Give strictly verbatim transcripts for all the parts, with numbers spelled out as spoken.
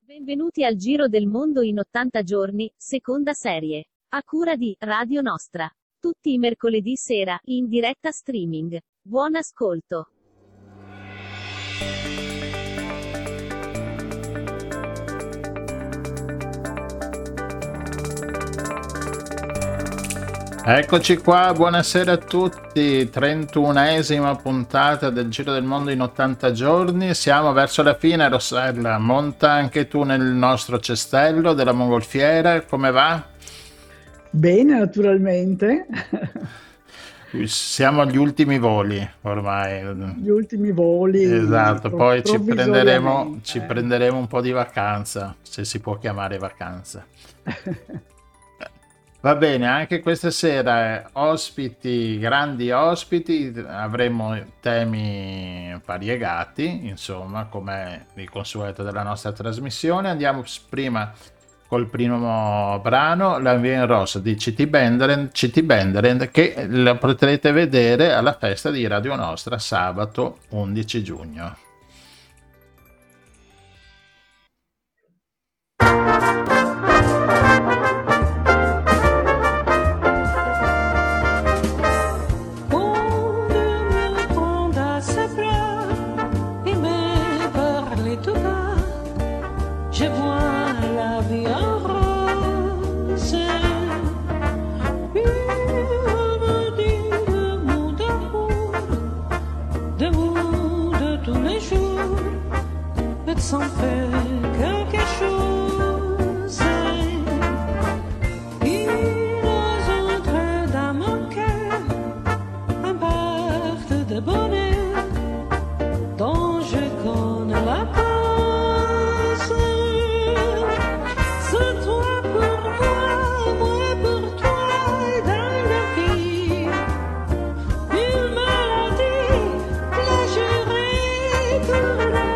Benvenuti al Giro del Mondo in ottanta giorni, seconda serie. A cura di Radio Nostra. Tutti i mercoledì sera, in diretta streaming. Buon ascolto. Eccoci qua, buonasera a tutti, trentunesima puntata del Giro del Mondo in ottanta giorni, siamo verso la fine. Rossella, monta anche tu nel nostro cestello della mongolfiera, come va? Bene, naturalmente. Siamo agli ultimi voli ormai. Gli ultimi voli. Esatto, poi ci prenderemo, ci eh. prenderemo un po' di vacanza, se si può chiamare vacanza. Va bene, anche questa sera eh, ospiti, grandi ospiti, avremo temi variegati, insomma, come di consueto della nostra trasmissione. Andiamo prima col primo brano, La Vie en Rose di C T Benderen, C T Benderen, che la potrete vedere alla festa di Radio Nostra sabato undici giugno. Sans faire quelque chose, il entre dans mon cœur un part de bonheur dont je connais la cause. C'est toi pour moi, moi pour toi, et dans la vie, une maladie, la jurée pour la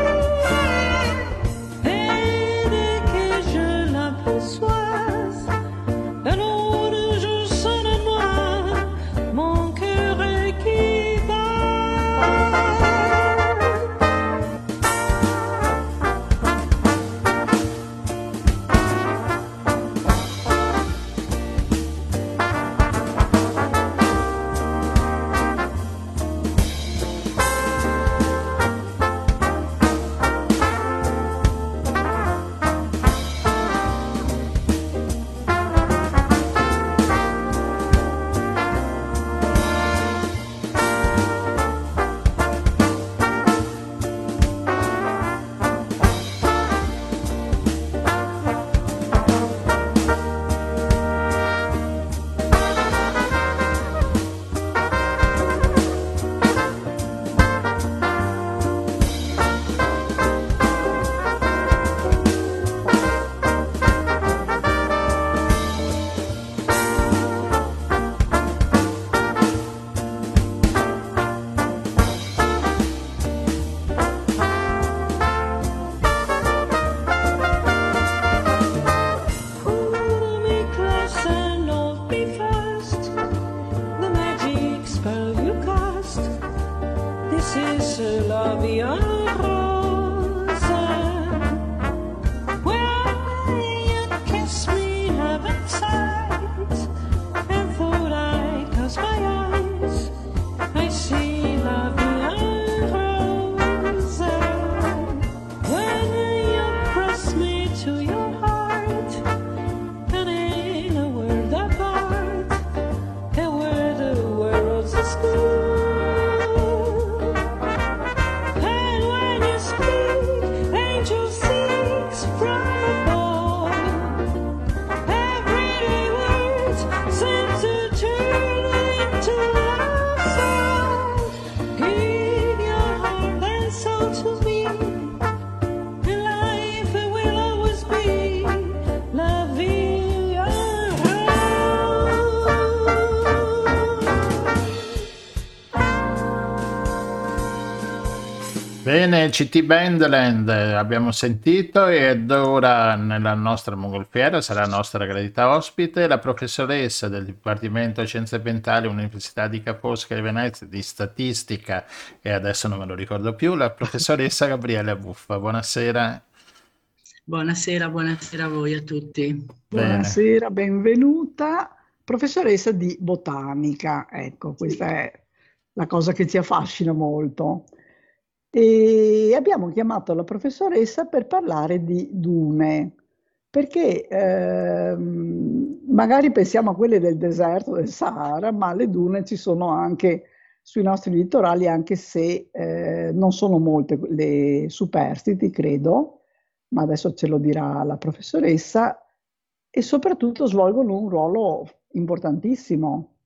Bene, C T Bendland abbiamo sentito, ed ora nella nostra mongolfiera sarà nostra gradita ospite la professoressa del Dipartimento di Scienze Ambientali Università di Ca' Foscari di Venezia di Statistica, e adesso non me lo ricordo più, la professoressa Gabriella Buffa. Buonasera. Buonasera, buonasera a voi a tutti. Bene. Buonasera, benvenuta, professoressa di botanica. Ecco, questa è la cosa che ci affascina molto. E abbiamo chiamato la professoressa per parlare di dune, perché ehm, magari pensiamo a quelle del deserto del Sahara, ma le dune ci sono anche sui nostri litorali, anche se eh, non sono molte le superstiti, credo, ma adesso ce lo dirà la professoressa, e soprattutto svolgono un ruolo importantissimo.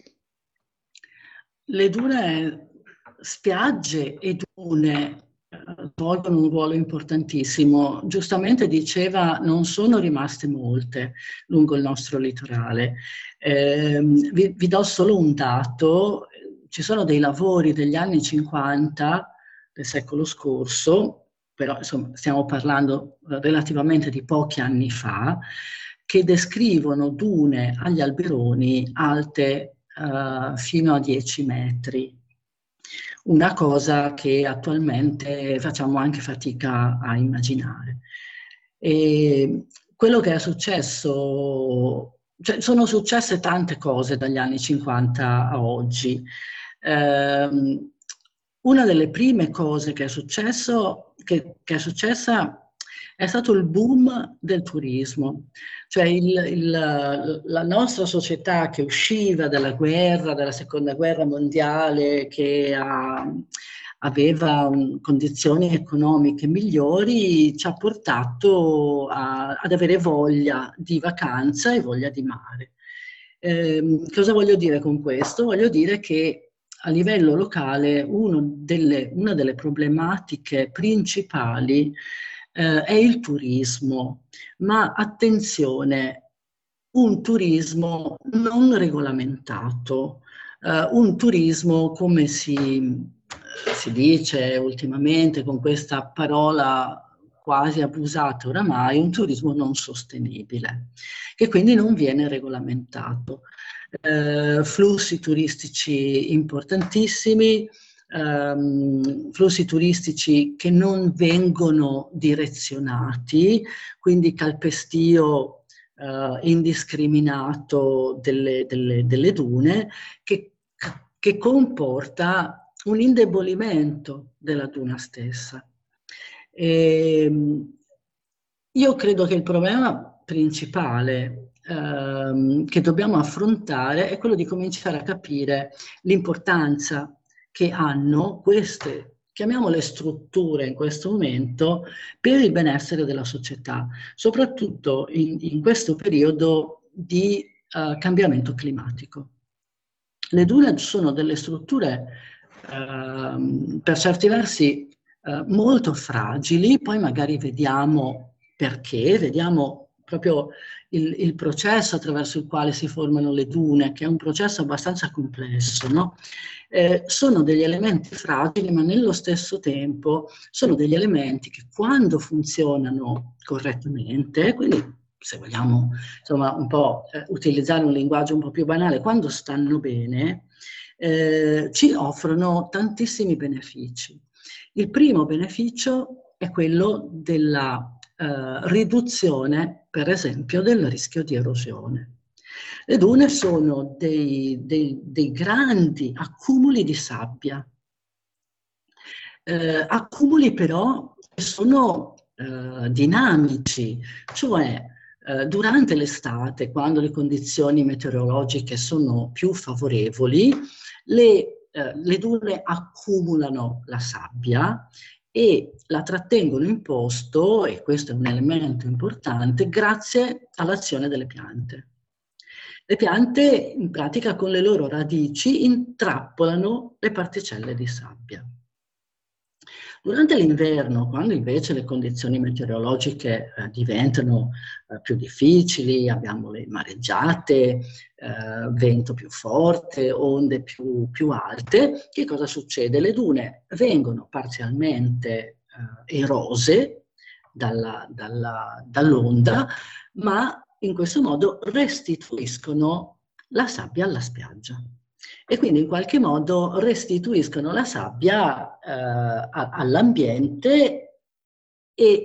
Le dune, spiagge e dune eh, svolgono un ruolo importantissimo. Giustamente diceva, non sono rimaste molte lungo il nostro litorale. Eh, vi, vi do solo un dato: ci sono dei lavori degli anni cinquanta del secolo scorso, però insomma stiamo parlando relativamente di pochi anni fa, che descrivono dune agli alberoni alte uh, fino a dieci metri. Una cosa che attualmente facciamo anche fatica a immaginare. E quello che è successo, cioè sono successe tante cose dagli anni cinquanta a oggi. Um, una delle prime cose che è successo, che, che è successa è stato il boom del turismo. Cioè il, il, la nostra società che usciva dalla guerra, dalla seconda guerra mondiale, che ha, aveva un, condizioni economiche migliori, ci ha portato a, ad avere voglia di vacanza e voglia di mare. Eh, cosa voglio dire con questo? Voglio dire che a livello locale uno delle, una delle problematiche principali eh, è il turismo, ma attenzione, un turismo non regolamentato, eh, un turismo, come si, si dice ultimamente con questa parola quasi abusata oramai, un turismo non sostenibile, che quindi non viene regolamentato. Eh, flussi turistici importantissimi, ehm, flussi turistici che non vengono direzionati, quindi calpestio eh, indiscriminato delle, delle, delle dune, che, che comporta un indebolimento della duna stessa. E io credo che il problema principale ehm, che dobbiamo affrontare è quello di cominciare a capire l'importanza che hanno queste, chiamiamole strutture in questo momento, per il benessere della società, soprattutto in, in questo periodo di eh, cambiamento climatico. Le dune sono delle strutture eh, per certi versi eh, molto fragili, poi magari vediamo perché, vediamo proprio il, il processo attraverso il quale si formano le dune, che è un processo abbastanza complesso, no? Eh, sono degli elementi fragili, ma nello stesso tempo sono degli elementi che quando funzionano correttamente, quindi se vogliamo insomma un po' eh, utilizzare un linguaggio un po' più banale, quando stanno bene, eh, ci offrono tantissimi benefici. Il primo beneficio è quello della eh, riduzione, per esempio, del rischio di erosione. Le dune sono dei, dei, dei grandi accumuli di sabbia, eh, accumuli però che sono eh, dinamici, cioè eh, durante l'estate, quando le condizioni meteorologiche sono più favorevoli, le, eh, le dune accumulano la sabbia e la trattengono in posto, e questo è un elemento importante, grazie all'azione delle piante. Le piante in pratica con le loro radici intrappolano le particelle di sabbia. Durante l'inverno, quando invece le condizioni meteorologiche eh, diventano eh, più difficili, abbiamo le mareggiate, eh, vento più forte, onde più, più alte, che cosa succede? Le dune vengono parzialmente eh, erose dalla, dalla, dall'onda, ma in questo modo restituiscono la sabbia alla spiaggia. E quindi in qualche modo restituiscono la sabbia eh, all'ambiente e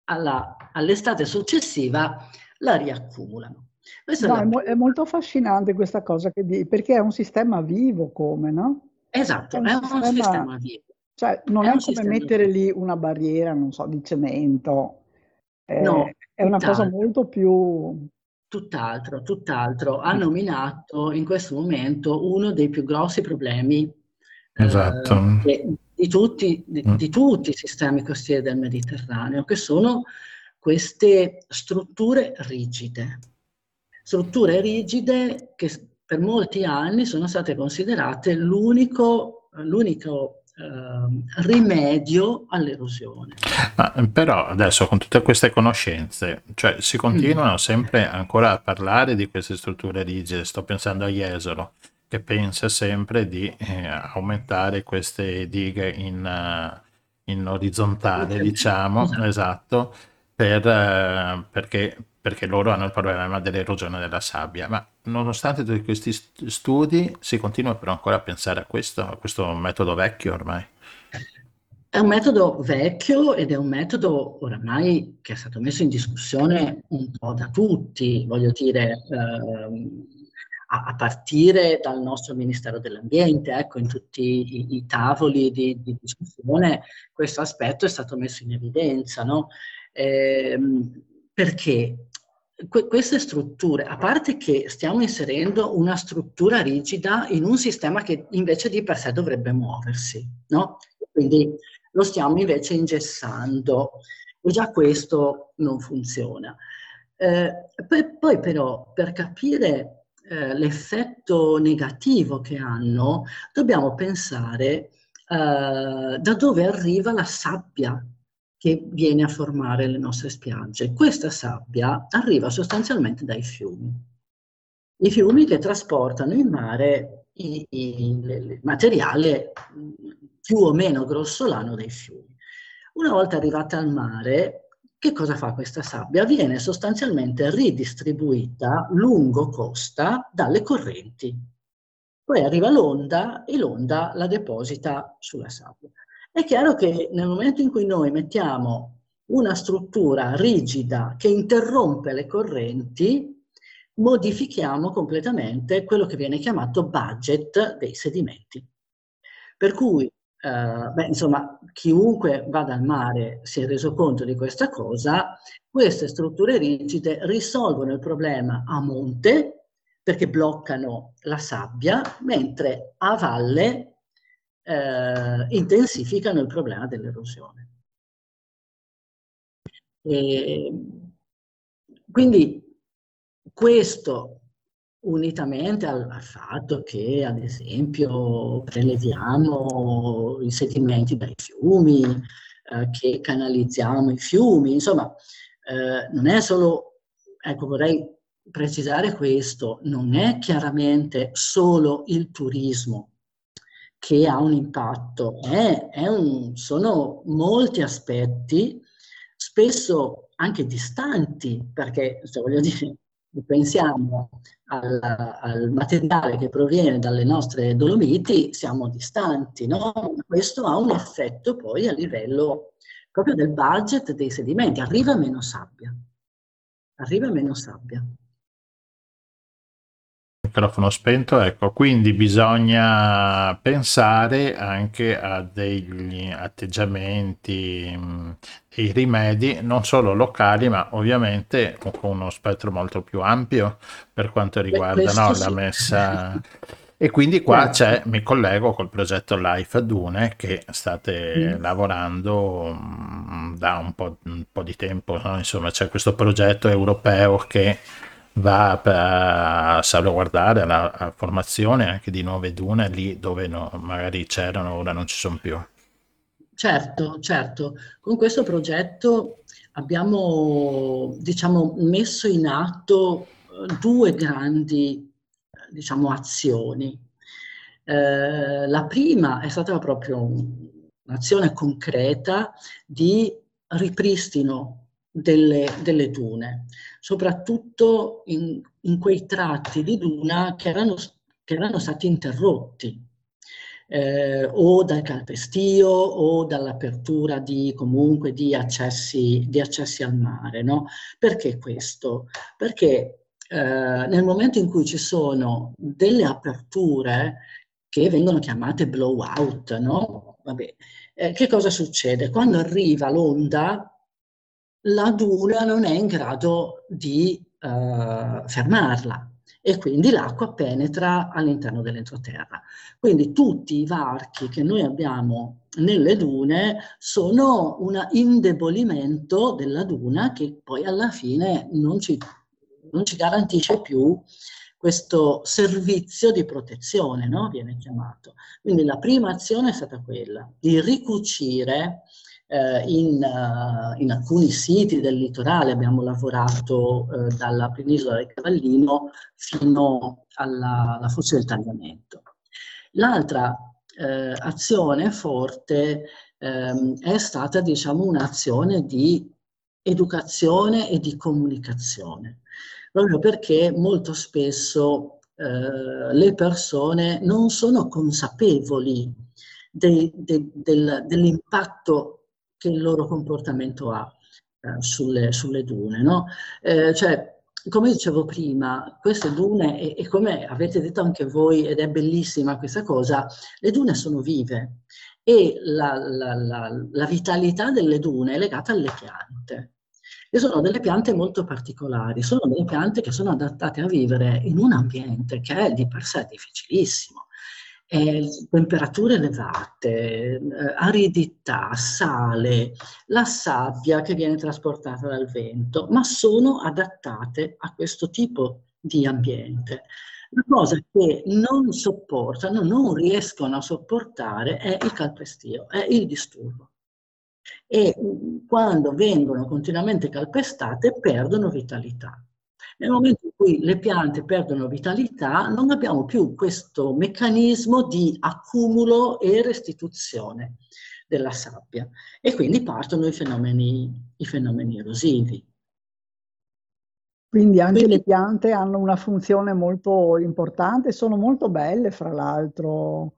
alla- all'estate successiva la riaccumulano. Questa è No, la è, mo- prima. è molto affascinante questa cosa che di, perché è un sistema vivo come, no? È Esatto, un è un sistema, sistema vivo. cioè non È è un come sistema mettere vivo. lì una barriera, non so, di cemento. Eh, No, è una cosa tutt'altro. molto più... Tutt'altro, tutt'altro. Ha nominato in questo momento uno dei più grossi problemi Esatto. eh, che- di tutti, di, Mm. di tutti i sistemi costieri del Mediterraneo, che sono queste strutture rigide. Strutture rigide che s- per molti anni sono state considerate l'unico, l'unico ehm, rimedio all'erosione. Ma, però adesso con tutte queste conoscenze, cioè si Mm. continuano sempre ancora a parlare di queste strutture rigide. Sto pensando a Jesolo, che pensa sempre di eh, aumentare queste dighe in, eh, in orizzontale, diciamo, Esatto. esatto, per, eh, perché, perché loro hanno il problema dell'erosione della sabbia. Ma nonostante tutti questi st- studi, si continua però ancora a pensare a questo, a questo metodo vecchio ormai. È un metodo vecchio ed è un metodo oramai che è stato messo in discussione un po' da tutti, voglio dire, ehm, a, a partire dal nostro Ministero dell'Ambiente, ecco, in tutti i, i tavoli di, di discussione questo aspetto è stato messo in evidenza, no? Ehm, perché que- queste strutture, a parte che stiamo inserendo una struttura rigida in un sistema che invece di per sé dovrebbe muoversi, no? Quindi lo stiamo invece ingessando e già questo non funziona. Eh, poi, poi però per capire eh, l'effetto negativo che hanno dobbiamo pensare eh, da dove arriva la sabbia che viene a formare le nostre spiagge. Questa sabbia arriva sostanzialmente dai fiumi. I fiumi che trasportano in mare il, il, il materiale più o meno grossolano dei fiumi. Una volta arrivata al mare, che cosa fa questa sabbia? Viene sostanzialmente ridistribuita lungo costa dalle correnti. Poi arriva l'onda e l'onda la deposita sulla sabbia. È chiaro che nel momento in cui noi mettiamo una struttura rigida che interrompe le correnti, modifichiamo completamente quello che viene chiamato budget dei sedimenti. Per cui, eh, beh, insomma, chiunque vada al mare si è reso conto di questa cosa, queste strutture rigide risolvono il problema a monte, perché bloccano la sabbia, mentre a valle eh, intensificano il problema dell'erosione. E quindi questo, unitamente al, al fatto che, ad esempio, preleviamo i sedimenti dai fiumi, eh, che canalizziamo i fiumi, insomma, eh, non è solo, ecco, vorrei precisare questo, non è chiaramente solo il turismo che ha un impatto, è, è un, sono molti aspetti, spesso anche distanti, perché se voglio dire, pensiamo al, al materiale che proviene dalle nostre Dolomiti, siamo distanti, no? Questo ha un effetto poi a livello proprio del budget dei sedimenti, arriva meno sabbia, arriva meno sabbia. Microfono spento, ecco, quindi bisogna pensare anche a degli atteggiamenti, mh, dei rimedi non solo locali, ma ovviamente con uno spettro molto più ampio per quanto Beh, riguarda, questo no, la sì. messa. E quindi qua Certo. c'è, mi collego col progetto Life a Dune che state Mm. lavorando mh, da un po', un po' di tempo, no? Insomma, c'è questo progetto europeo che va per- a salvaguardare la, la formazione anche di nuove dune lì dove no- magari c'erano, ora non ci sono più. Certo, certo. Con questo progetto abbiamo, diciamo, messo in atto eh, due grandi, eh, diciamo, azioni. Eh, la prima è stata proprio un- un'azione concreta di ripristino delle, delle dune, soprattutto in, in quei tratti di duna che erano, che erano stati interrotti. eh, o dal calpestio o dall'apertura di comunque di accessi, di accessi al mare, no? Perché questo? Perché eh, nel momento in cui ci sono delle aperture che vengono chiamate blowout, no? Vabbè, eh, che cosa succede? Quando arriva l'onda, la duna non è in grado di eh, fermarla e quindi l'acqua penetra all'interno dell'entroterra. Quindi tutti i varchi che noi abbiamo nelle dune sono un indebolimento della duna che poi alla fine non ci, non ci garantisce più questo servizio di protezione, no? Viene chiamato. Quindi la prima azione è stata quella di ricucire eh, in, uh, in alcuni siti del litorale, abbiamo lavorato eh, dalla penisola del Cavallino fino alla, alla foce del Tagliamento. L'altra eh, azione forte ehm, è stata, diciamo, un'azione di educazione e di comunicazione, proprio perché molto spesso eh, le persone non sono consapevoli de, de, del, dell'impatto che il loro comportamento ha eh, sulle, sulle dune, no? Eh, cioè, come dicevo prima, queste dune, e, e come avete detto anche voi, ed è bellissima questa cosa, le dune sono vive e la, la, la, la vitalità delle dune è legata alle piante. E sono delle piante molto particolari, sono delle piante che sono adattate a vivere in un ambiente che è di per sé difficilissimo. Eh, temperature elevate, eh, aridità, sale, la sabbia che viene trasportata dal vento, ma sono adattate a questo tipo di ambiente. La cosa che non sopportano, non riescono a sopportare è il calpestio, è il disturbo. E quando vengono continuamente calpestate perdono vitalità. Nel momento in cui le piante perdono vitalità, non abbiamo più questo meccanismo di accumulo e restituzione della sabbia e quindi partono i fenomeni, i fenomeni erosivi. Quindi anche Quindi, le piante hanno una funzione molto importante, sono molto belle fra l'altro.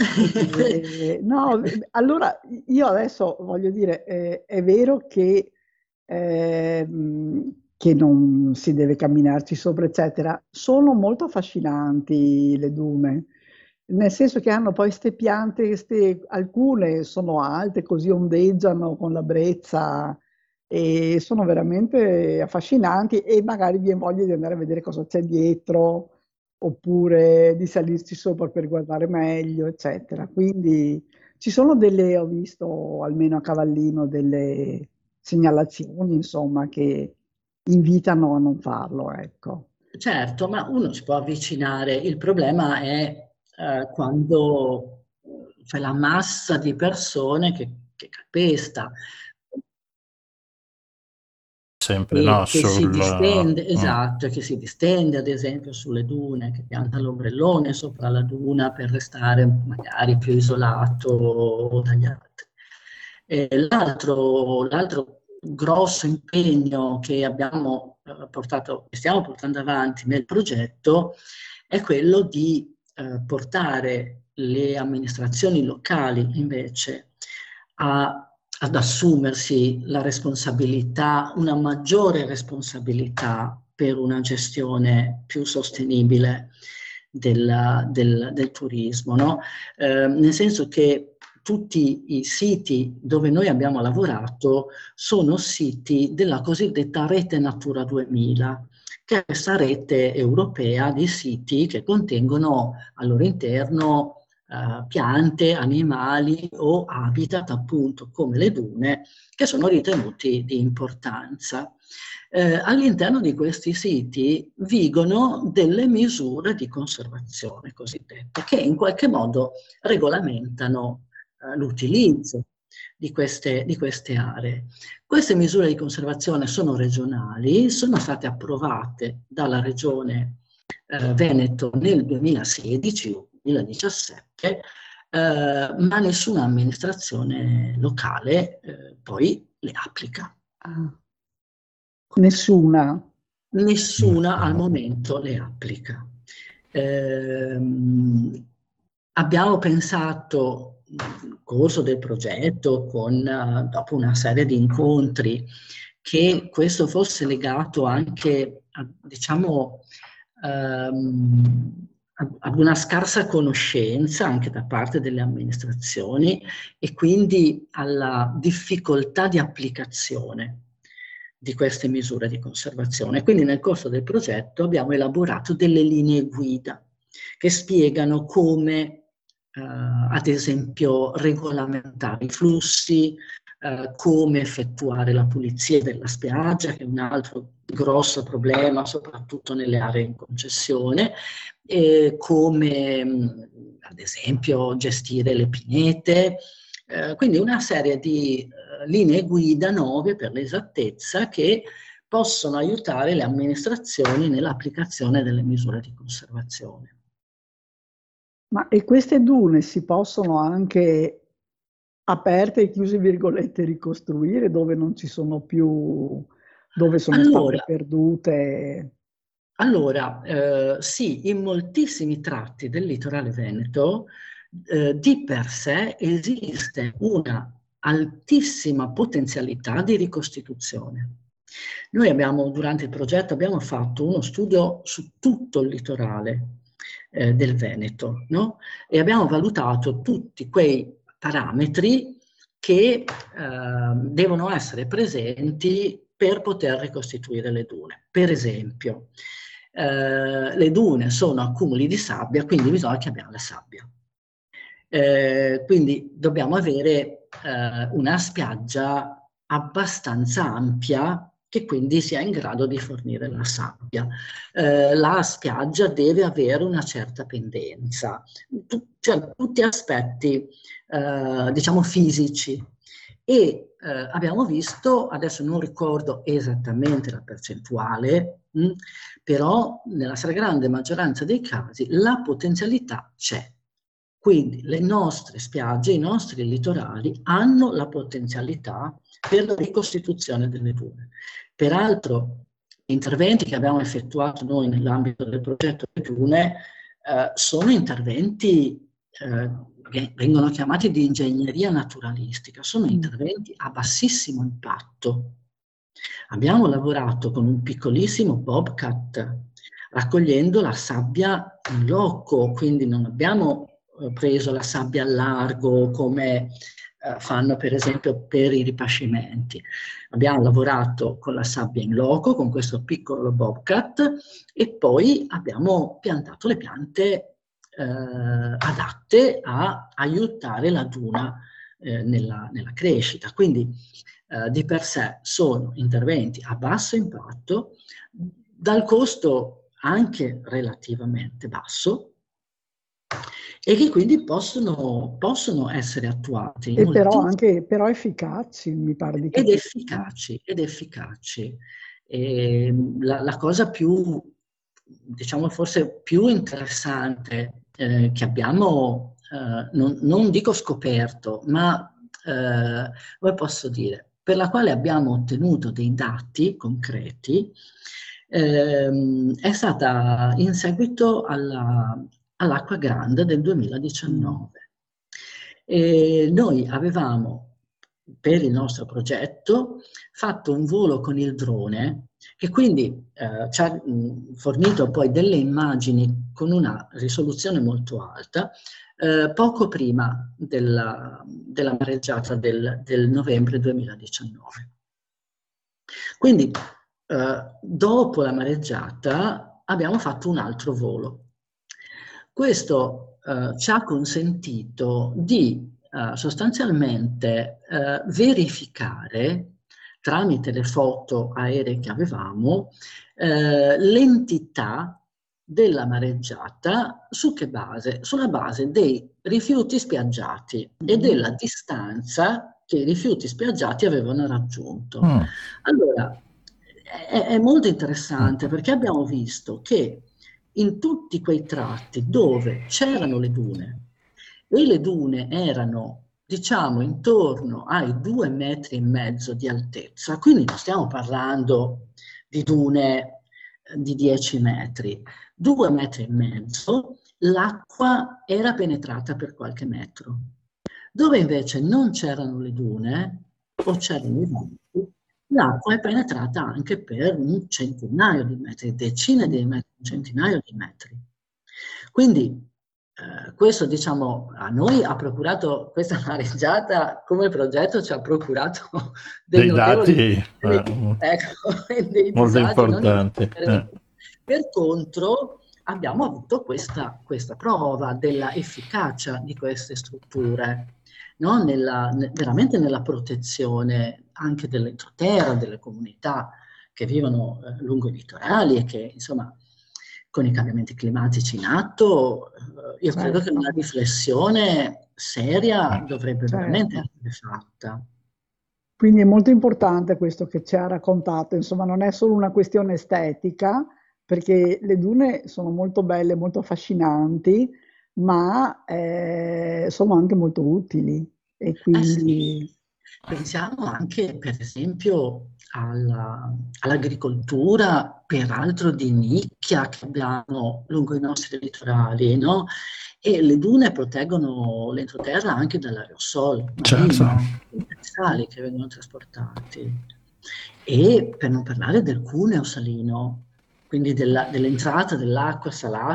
Eh, no, allora io adesso voglio dire, eh, è vero che, eh, che non si deve camminarci sopra, eccetera. Sono molto affascinanti le dune, nel senso che hanno poi queste piante, queste, alcune sono alte, così ondeggiano con la brezza e sono veramente affascinanti e magari viene voglia di andare a vedere cosa c'è dietro oppure di salirci sopra per guardare meglio, eccetera. Quindi ci sono delle, ho visto almeno a Cavallino, delle segnalazioni, insomma, che invitano a non farlo, ecco. certo, ma uno si può avvicinare, il problema è eh, quando c'è la massa di persone che, che calpesta. Sempre E no, che si sul... distende, mm. esatto, che si distende ad esempio sulle dune, che pianta l'ombrellone sopra la duna per restare magari più isolato dagli altri. E l'altro, l'altro grosso impegno che abbiamo eh, portato, che stiamo portando avanti nel progetto è quello di eh, portare le amministrazioni locali invece a ad assumersi la responsabilità, una maggiore responsabilità per una gestione più sostenibile del, del, del turismo, no? Eh, nel senso che tutti i siti dove noi abbiamo lavorato sono siti della cosiddetta rete Natura duemila, che è questa rete europea di siti che contengono al loro interno Uh, piante, animali o habitat appunto come le dune che sono ritenuti di importanza. Eh, all'interno di questi siti vigono delle misure di conservazione cosiddette che in qualche modo regolamentano uh, l'utilizzo di queste, di queste aree. Queste misure di conservazione sono regionali, sono state approvate dalla regione eh, Veneto nel duemilasedici o duemiladiciassette, eh, ma nessuna amministrazione locale eh, poi le applica. Ah. Nessuna. Nessuna al momento le applica. Ehm, abbiamo pensato nel corso del progetto, con, uh, dopo una serie di incontri, che questo fosse legato anche a, diciamo, um, ad una scarsa conoscenza anche da parte delle amministrazioni e quindi alla difficoltà di applicazione di queste misure di conservazione. Quindi nel corso del progetto abbiamo elaborato delle linee guida che spiegano come, eh, ad esempio, regolamentare i flussi, eh, come effettuare la pulizia della spiaggia, che è un altro grosso problema, soprattutto nelle aree in concessione, e come, mh, ad esempio, gestire le pinete. Eh, quindi una serie di eh, linee guida nuove, per l'esattezza, che possono aiutare le amministrazioni nell'applicazione delle misure di conservazione. Ma e queste dune si possono anche aperte e chiuse virgolette ricostruire dove non ci sono più, dove sono Allora, state perdute? allora eh, sì, in moltissimi tratti del litorale veneto eh, di per sé esiste una altissima potenzialità di ricostituzione. Noi abbiamo, durante il progetto, abbiamo fatto uno studio su tutto il litorale eh, del Veneto, no? E abbiamo valutato tutti quei parametri che eh, devono essere presenti per poter ricostituire le dune. Per esempio, eh, le dune sono accumuli di sabbia, quindi bisogna che abbiamo la sabbia. Eh, quindi dobbiamo avere eh, una spiaggia abbastanza ampia che quindi sia in grado di fornire la sabbia. Eh, la spiaggia deve avere una certa pendenza, tu, cioè tutti aspetti eh, diciamo fisici. E eh, abbiamo visto, adesso non ricordo esattamente la percentuale, mh, però nella stragrande maggioranza dei casi la potenzialità c'è. Quindi le nostre spiagge, i nostri litorali hanno la potenzialità per la ricostituzione delle dune. Peraltro, gli interventi che abbiamo effettuato noi nell'ambito del progetto delle dune eh, sono interventi eh, che vengono chiamati di ingegneria naturalistica, sono interventi a bassissimo impatto. Abbiamo lavorato con un piccolissimo bobcat, raccogliendo la sabbia in loco, quindi non abbiamo preso la sabbia al largo come eh, fanno per esempio per i ripascimenti. Abbiamo lavorato con la sabbia in loco, con questo piccolo bobcat, e poi abbiamo piantato le piante eh, adatte a aiutare la duna eh, nella, nella crescita. Quindi eh, di per sé sono interventi a basso impatto, dal costo anche relativamente basso, e che quindi possono, possono essere attuati. E però anche però efficaci, mi pare di capire. Ed efficaci, ed efficaci. E la, la cosa più, diciamo forse più interessante eh, che abbiamo, eh, non, non dico scoperto, ma eh, come posso dire, per la quale abbiamo ottenuto dei dati concreti, ehm, è stata in seguito alla all'Acqua Grande del duemiladiciannove. E noi avevamo, per il nostro progetto, fatto un volo con il drone, che quindi eh, ci ha mh, fornito poi delle immagini con una risoluzione molto alta, eh, poco prima della, della mareggiata del, del novembre duemiladiciannove. Quindi, eh, dopo la mareggiata, abbiamo fatto un altro volo. Questo eh, ci ha consentito di eh, sostanzialmente eh, verificare, tramite le foto aeree che avevamo, eh, l'entità della mareggiata su che base? Sulla base dei rifiuti spiaggiati e della distanza che i rifiuti spiaggiati avevano raggiunto. Mm. Allora, è, è molto interessante perché abbiamo visto che in tutti quei tratti dove c'erano le dune, e le dune erano, diciamo, intorno ai due metri e mezzo di altezza, quindi non stiamo parlando di dune di dieci metri, due metri e mezzo, l'acqua era penetrata per qualche metro. Dove invece non c'erano le dune o c'erano i venti, l'acqua è penetrata anche per un centinaio di metri, decine di metri, un centinaio di metri. Quindi eh, questo, diciamo, a noi ha procurato, questa mareggiata come progetto ci ha procurato dei Dei notevoli dati problemi, eh, ecco, dei molto disagi non importanti. Eh. indifferenti. Per contro abbiamo avuto questa, questa prova della efficacia di queste strutture, no? Nella, ne- veramente nella protezione anche dell'entroterra, delle comunità che vivono eh, lungo i litorali e che, insomma, con i cambiamenti climatici in atto, eh, io credo che Certo, una riflessione seria Mm. dovrebbe veramente certo. essere fatta. Quindi è molto importante questo che ci ha raccontato, insomma, non è solo una questione estetica, perché le dune sono molto belle, molto affascinanti, ma eh, sono anche molto utili e Eh sì, quindi pensiamo anche per esempio alla- all'agricoltura, peraltro di nicchia che abbiamo lungo i nostri litorali, no? E le dune proteggono l'entroterra anche dall'aerosol Certo. marino, i sali che vengono trasportati. E per non parlare del cuneo salino, quindi della- dell'entrata dell'acqua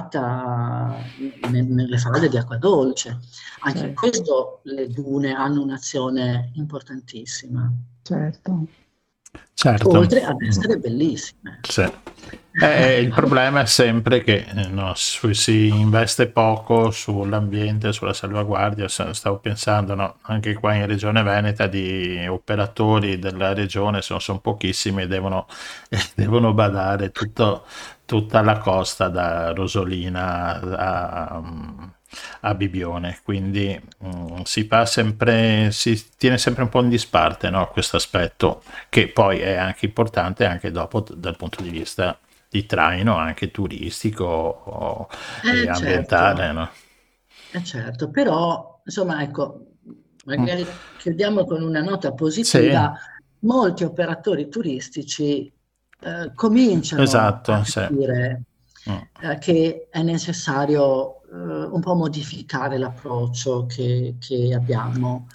salata ne- nelle falde di acqua dolce. Anche in certo, questo le dune hanno un'azione importantissima, certo. Certo. oltre ad Mm. essere bellissime. Sì. Eh, il problema è sempre che eh, no, su- si investe poco sull'ambiente, sulla salvaguardia. Sa- Stavo pensando, no, anche qua in Regione Veneta di operatori della regione sono, sono pochissimi e devono, e devono badare tutto- tutta la costa da Rosolina a, a Bibione. Quindi mm, si fa sempre, si tiene sempre un po' in disparte, no, questo aspetto, che poi è anche importante anche dopo t- dal punto di vista di traino anche turistico o- e Eh ambientale, certo, no? eh certo, però insomma ecco, Mm. magari chiudiamo con una nota Sì, positiva, molti operatori turistici eh, cominciano a esatto, sì. capire Mm. eh, che è necessario eh, un po' modificare l'approccio che, che abbiamo.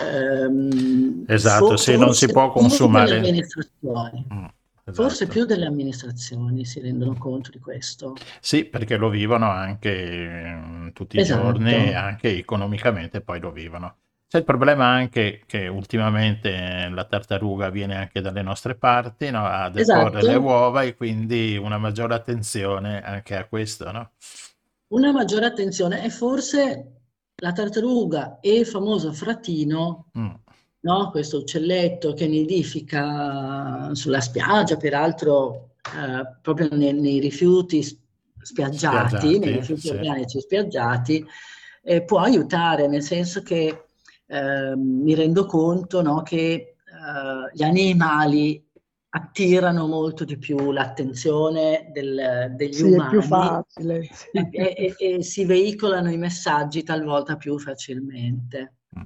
Ehm, Esatto, fo- sì, non si forse può più delle consumare. amministrazioni, Mm, forse esatto. più delle amministrazioni si rendono conto di questo. Sì, perché lo vivono anche mm, tutti i giorni e Esatto, anche economicamente poi lo vivono. C'è il problema anche che ultimamente la tartaruga viene anche dalle nostre parti, no, a deporre le esatto. uova e quindi una maggiore attenzione anche a questo, no? Una maggiore attenzione e forse la tartaruga e il famoso fratino, Mm. no? Questo uccelletto che nidifica sulla spiaggia, peraltro eh, proprio nei, nei rifiuti s- spiaggiati, nei Spiaggiati, rifiuti sì. organici spiaggiati, eh, può aiutare, nel senso che eh, mi rendo conto, no, che eh, gli animali attirano molto di più l'attenzione del- degli Sì, è più umani facile, sì. e, e- e si veicolano i messaggi talvolta più facilmente Mm.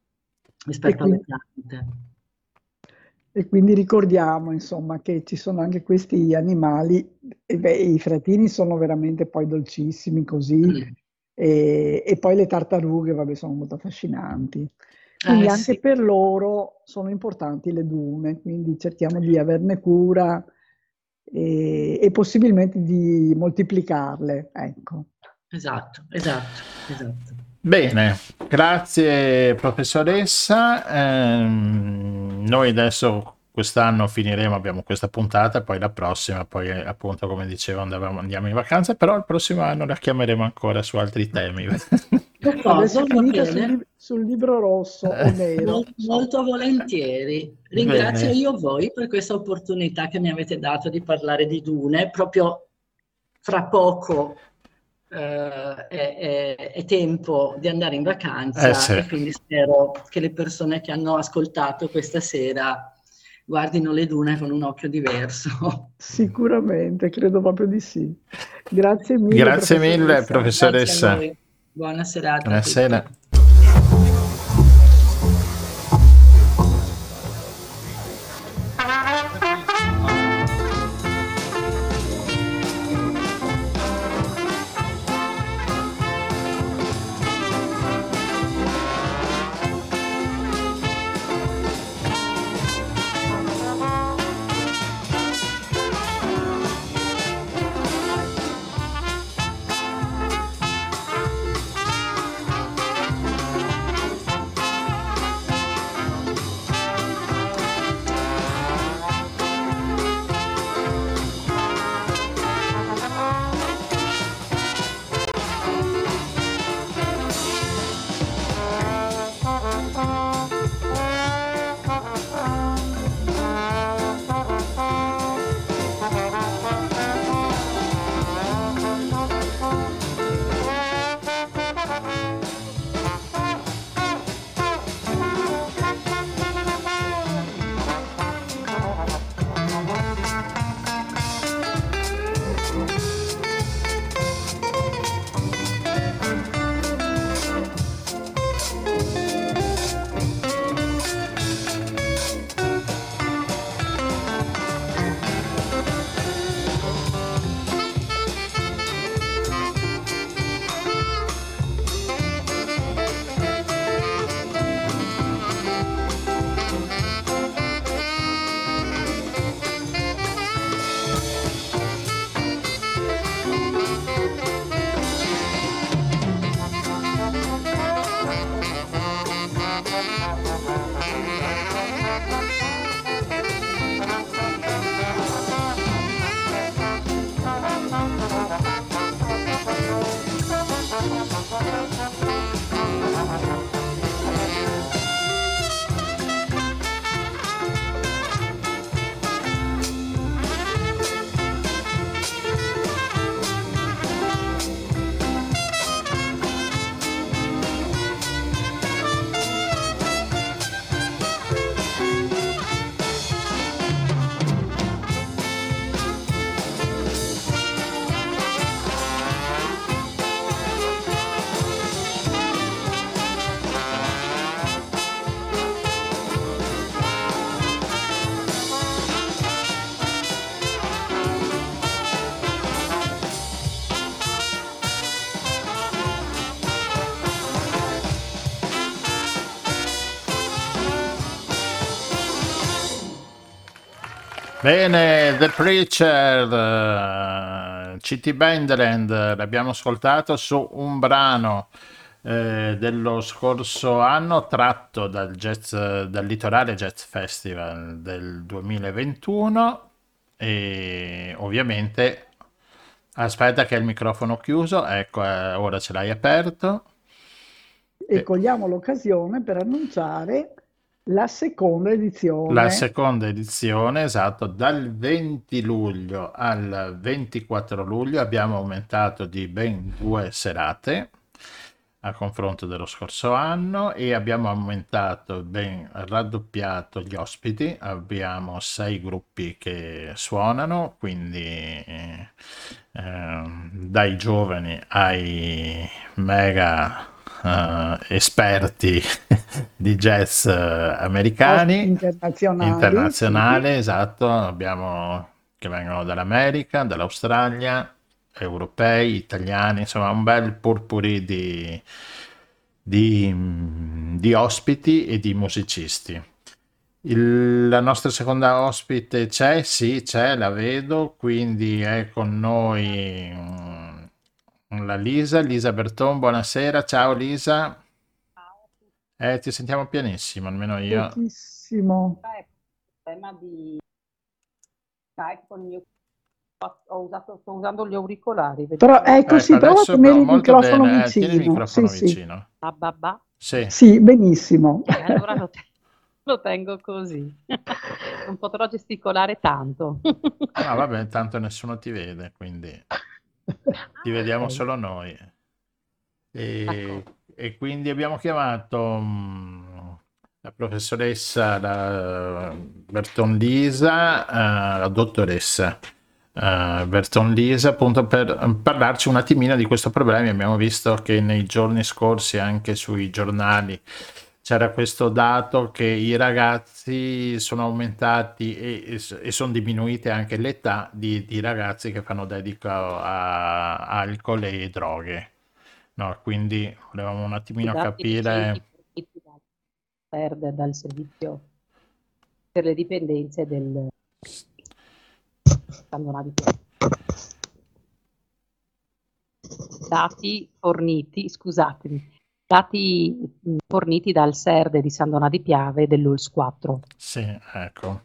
E rispetto alle quindi, piante. e quindi ricordiamo, insomma, che ci sono anche questi animali, e beh, i fratini sono veramente poi dolcissimi così, Mm. e, e poi le tartarughe, vabbè, sono molto affascinanti. Quindi Eh anche sì, per loro sono importanti le dune, quindi cerchiamo di averne cura e, e possibilmente di moltiplicarle, ecco. esatto, esatto, esatto. Bene, grazie professoressa. Ehm, noi adesso quest'anno finiremo, abbiamo questa puntata, poi la prossima, poi eh, appunto come dicevo andavamo, andiamo in vacanza, però il prossimo anno la chiameremo ancora su altri temi. Adesso D'accordo, è va finita sul, bene. lib- sul libro rosso o nero, Mol- insomma. molto volentieri. Ringrazio Bene, io voi per questa opportunità che mi avete dato di parlare di dune. Proprio fra poco eh, è, è- è tempo di andare in eh vacanza sì. e quindi spero che le persone che hanno ascoltato questa sera guardino le dune con un occhio diverso. Sicuramente, credo proprio di sì. Grazie mille, Grazie mille professoressa. Grazie a professoressa. voi. Buona serata a tutti. Buonasera. Bene, The Preacher, eh, C T Bendland, l'abbiamo ascoltato su un brano eh, dello scorso anno tratto dal, jazz, dal Litorale Jazz Festival del duemilaventuno e ovviamente aspetta che è il microfono chiuso, ecco, eh, ora ce l'hai aperto. E E- cogliamo l'occasione per annunciare la seconda La edizione. seconda edizione, esatto, dal venti luglio al ventiquattro luglio abbiamo aumentato di ben due serate a confronto dello scorso anno e abbiamo aumentato, ben raddoppiato gli ospiti. Abbiamo sei gruppi che suonano, quindi eh, ehm, dai giovani ai mega eh, esperti di jazz eh, Ospiti americani, internazionali, sì. internazionale, esatto, abbiamo che vengono dall'America, dall'Australia, europei, italiani, insomma un bel purpurì di, di, mm, di ospiti e di musicisti. Il- la nostra seconda ospite c'è, sì, c'è, la vedo, quindi è con noi mm, la Lisa, Lisa Berton, buonasera, ciao Lisa. Eh, ti sentiamo pianissimo, almeno io. Pochissimo. È un problema di Skype con il mio. Ho usato, sto usando gli auricolari. Però Vediamo. ecco, Ecco, sì, prova a adesso tenere no, il molto microfono bene, eh, tieni il vicino. microfono Sì, sì, vicino. Ah, bah, bah. Sì. sì, benissimo. E allora lo, te- lo tengo così. Non potrò gesticolare tanto. No, vabbè, tanto nessuno ti vede, quindi ti vediamo Ok, solo noi. E, d'accordo. e quindi abbiamo chiamato mh, la professoressa la Berton Lisa, eh, la dottoressa eh, Berton Lisa, appunto per parlarci un attimino di questo problema. Abbiamo visto che nei giorni scorsi anche sui giornali c'era questo dato che i ragazzi sono aumentati e, e, e sono diminuite anche l'età di, di ragazzi che fanno dedica a, a alcol e droghe. No, quindi volevamo un I attimino dati recenti capire. forniti dal S E R D, dal servizio per le dipendenze del Scandinavia. Dati forniti, scusatemi, dati mh, forniti dal S E R D di San Donà di Piave dell'U L S quattro. Sì, ecco.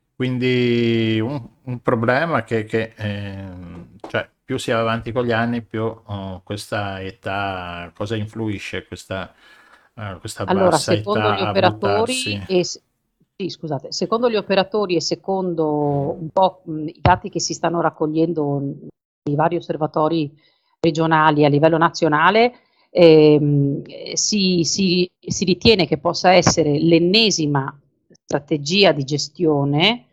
Quindi un, un problema che, che, ehm, cioè, più si va avanti con gli anni, più oh, questa età, cosa influisce questa, eh, questa Allora, bassa secondo età gli a buttarsi? operatori e s- sì, scusate, secondo gli operatori e secondo un po' mh, i dati che si stanno raccogliendo nei vari osservatori regionali a livello nazionale, ehm, eh, si, si- si ritiene che possa essere l'ennesima strategia di gestione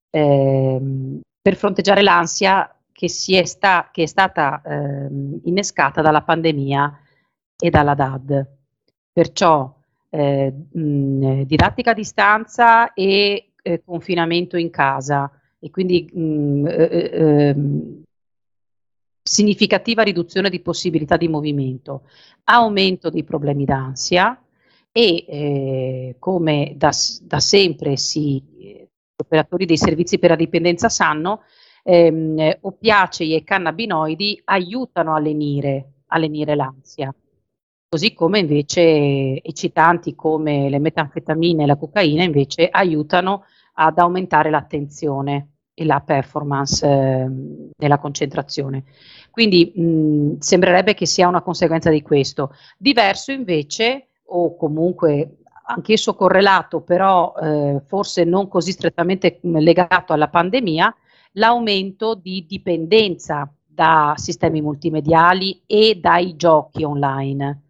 ehm, per fronteggiare l'ansia che, si è, sta- che è stata ehm, innescata dalla pandemia e dalla D A D. Perciò eh, mh, didattica a distanza e eh, confinamento in casa e quindi mh, eh, eh, ehm, significativa riduzione di possibilità di movimento, aumento dei problemi d'ansia e eh, come da, da sempre si, eh, gli operatori dei servizi per la dipendenza sanno, ehm, oppiacei e cannabinoidi aiutano a lenire, a lenire l'ansia. Così come invece eccitanti come le metanfetamine e la cocaina invece aiutano ad aumentare l'attenzione e la performance eh, nella concentrazione. Quindi mh, sembrerebbe che sia una conseguenza di questo. Diverso invece, o comunque anch'esso correlato, però eh, forse non così strettamente mh, legato alla pandemia, l'aumento di dipendenza da sistemi multimediali e dai giochi online.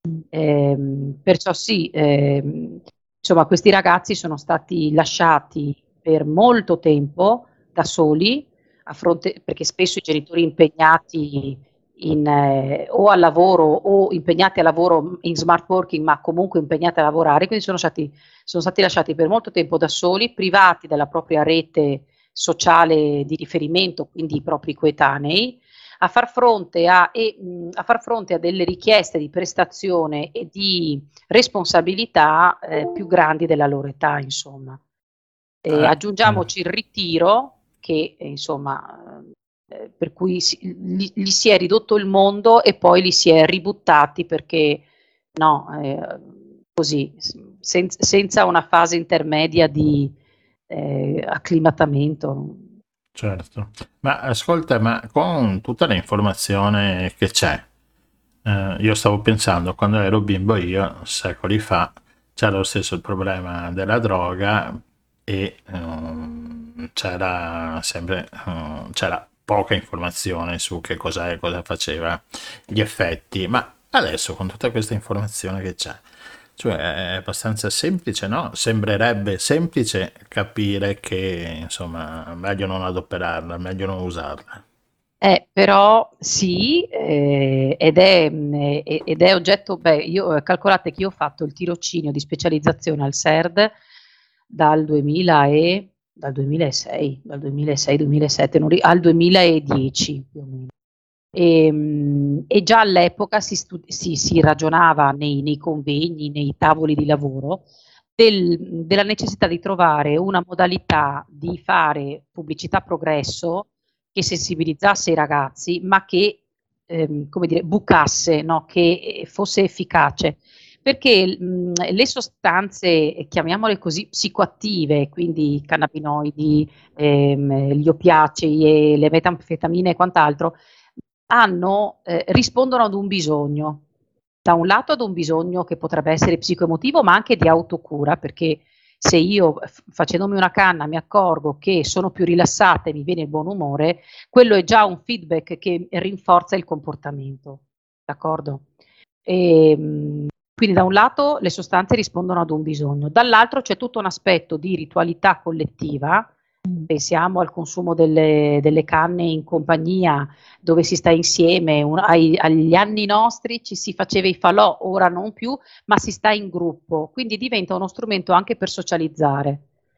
Ehm, perciò sì, ehm, insomma, questi ragazzi sono stati lasciati per molto tempo da soli, a fronte, perché spesso i genitori impegnati in, eh, o al lavoro o impegnati a lavoro in smart working, ma comunque impegnati a lavorare, quindi sono stati, sono stati lasciati per molto tempo da soli, privati della propria rete sociale di riferimento, quindi i propri coetanei, a far fronte a, e, mh, a far fronte a delle richieste di prestazione e di responsabilità eh, più grandi della loro età, insomma. E Eh, aggiungiamoci il ritiro che eh, insomma eh, per cui si- gli, gli si è ridotto il mondo e poi li si è ributtati perché no, eh, così, sen- senza una fase intermedia di eh, acclimatamento. certo. Ma ascolta, ma con tutta l'informazione che c'è, eh, io stavo pensando, quando ero bimbo io, secoli fa, c'era lo stesso il problema della droga e ehm, c'era sempre, eh, c'era poca informazione su che cos'è e cosa faceva, gli effetti, ma adesso con tutta questa informazione che c'è, cioè è abbastanza semplice, no? Sembrerebbe semplice capire che insomma meglio non adoperarla, meglio non usarla. Eh, però sì, eh, ed è, mh, e- ed è oggetto, beh, io eh, calcolate che io ho fatto il tirocinio di specializzazione al S E R D dal duemila e, dal duemilasei, dal duemilasei-duemilasette, non ri- al duemiladieci più o meno. E, mh, e già all'epoca si, stu- si- si ragionava nei, nei convegni, nei tavoli di lavoro, del- della necessità di trovare una modalità di fare pubblicità progresso che sensibilizzasse i ragazzi, ma che ehm, come dire, bucasse, no? Che eh, fosse efficace. Perché mh, le sostanze, eh, chiamiamole così, psicoattive, quindi i cannabinoidi, ehm, gli oppiacei, e le metanfetamine e quant'altro, hanno, eh, rispondono ad un bisogno. Da un lato ad un bisogno che potrebbe essere psicoemotivo, ma anche di autocura, perché se io f- facendomi una canna mi accorgo che sono più rilassata e mi viene il buon umore, quello è già un feedback che rinforza il comportamento, d'accordo? E, mh, quindi da un lato le sostanze rispondono ad un bisogno, dall'altro c'è tutto un aspetto di ritualità collettiva. Pensiamo al consumo delle, delle canne in compagnia, dove si sta insieme, un- ai- agli anni nostri ci si faceva i falò, ora non più, ma si sta in gruppo, quindi diventa uno strumento anche per socializzare.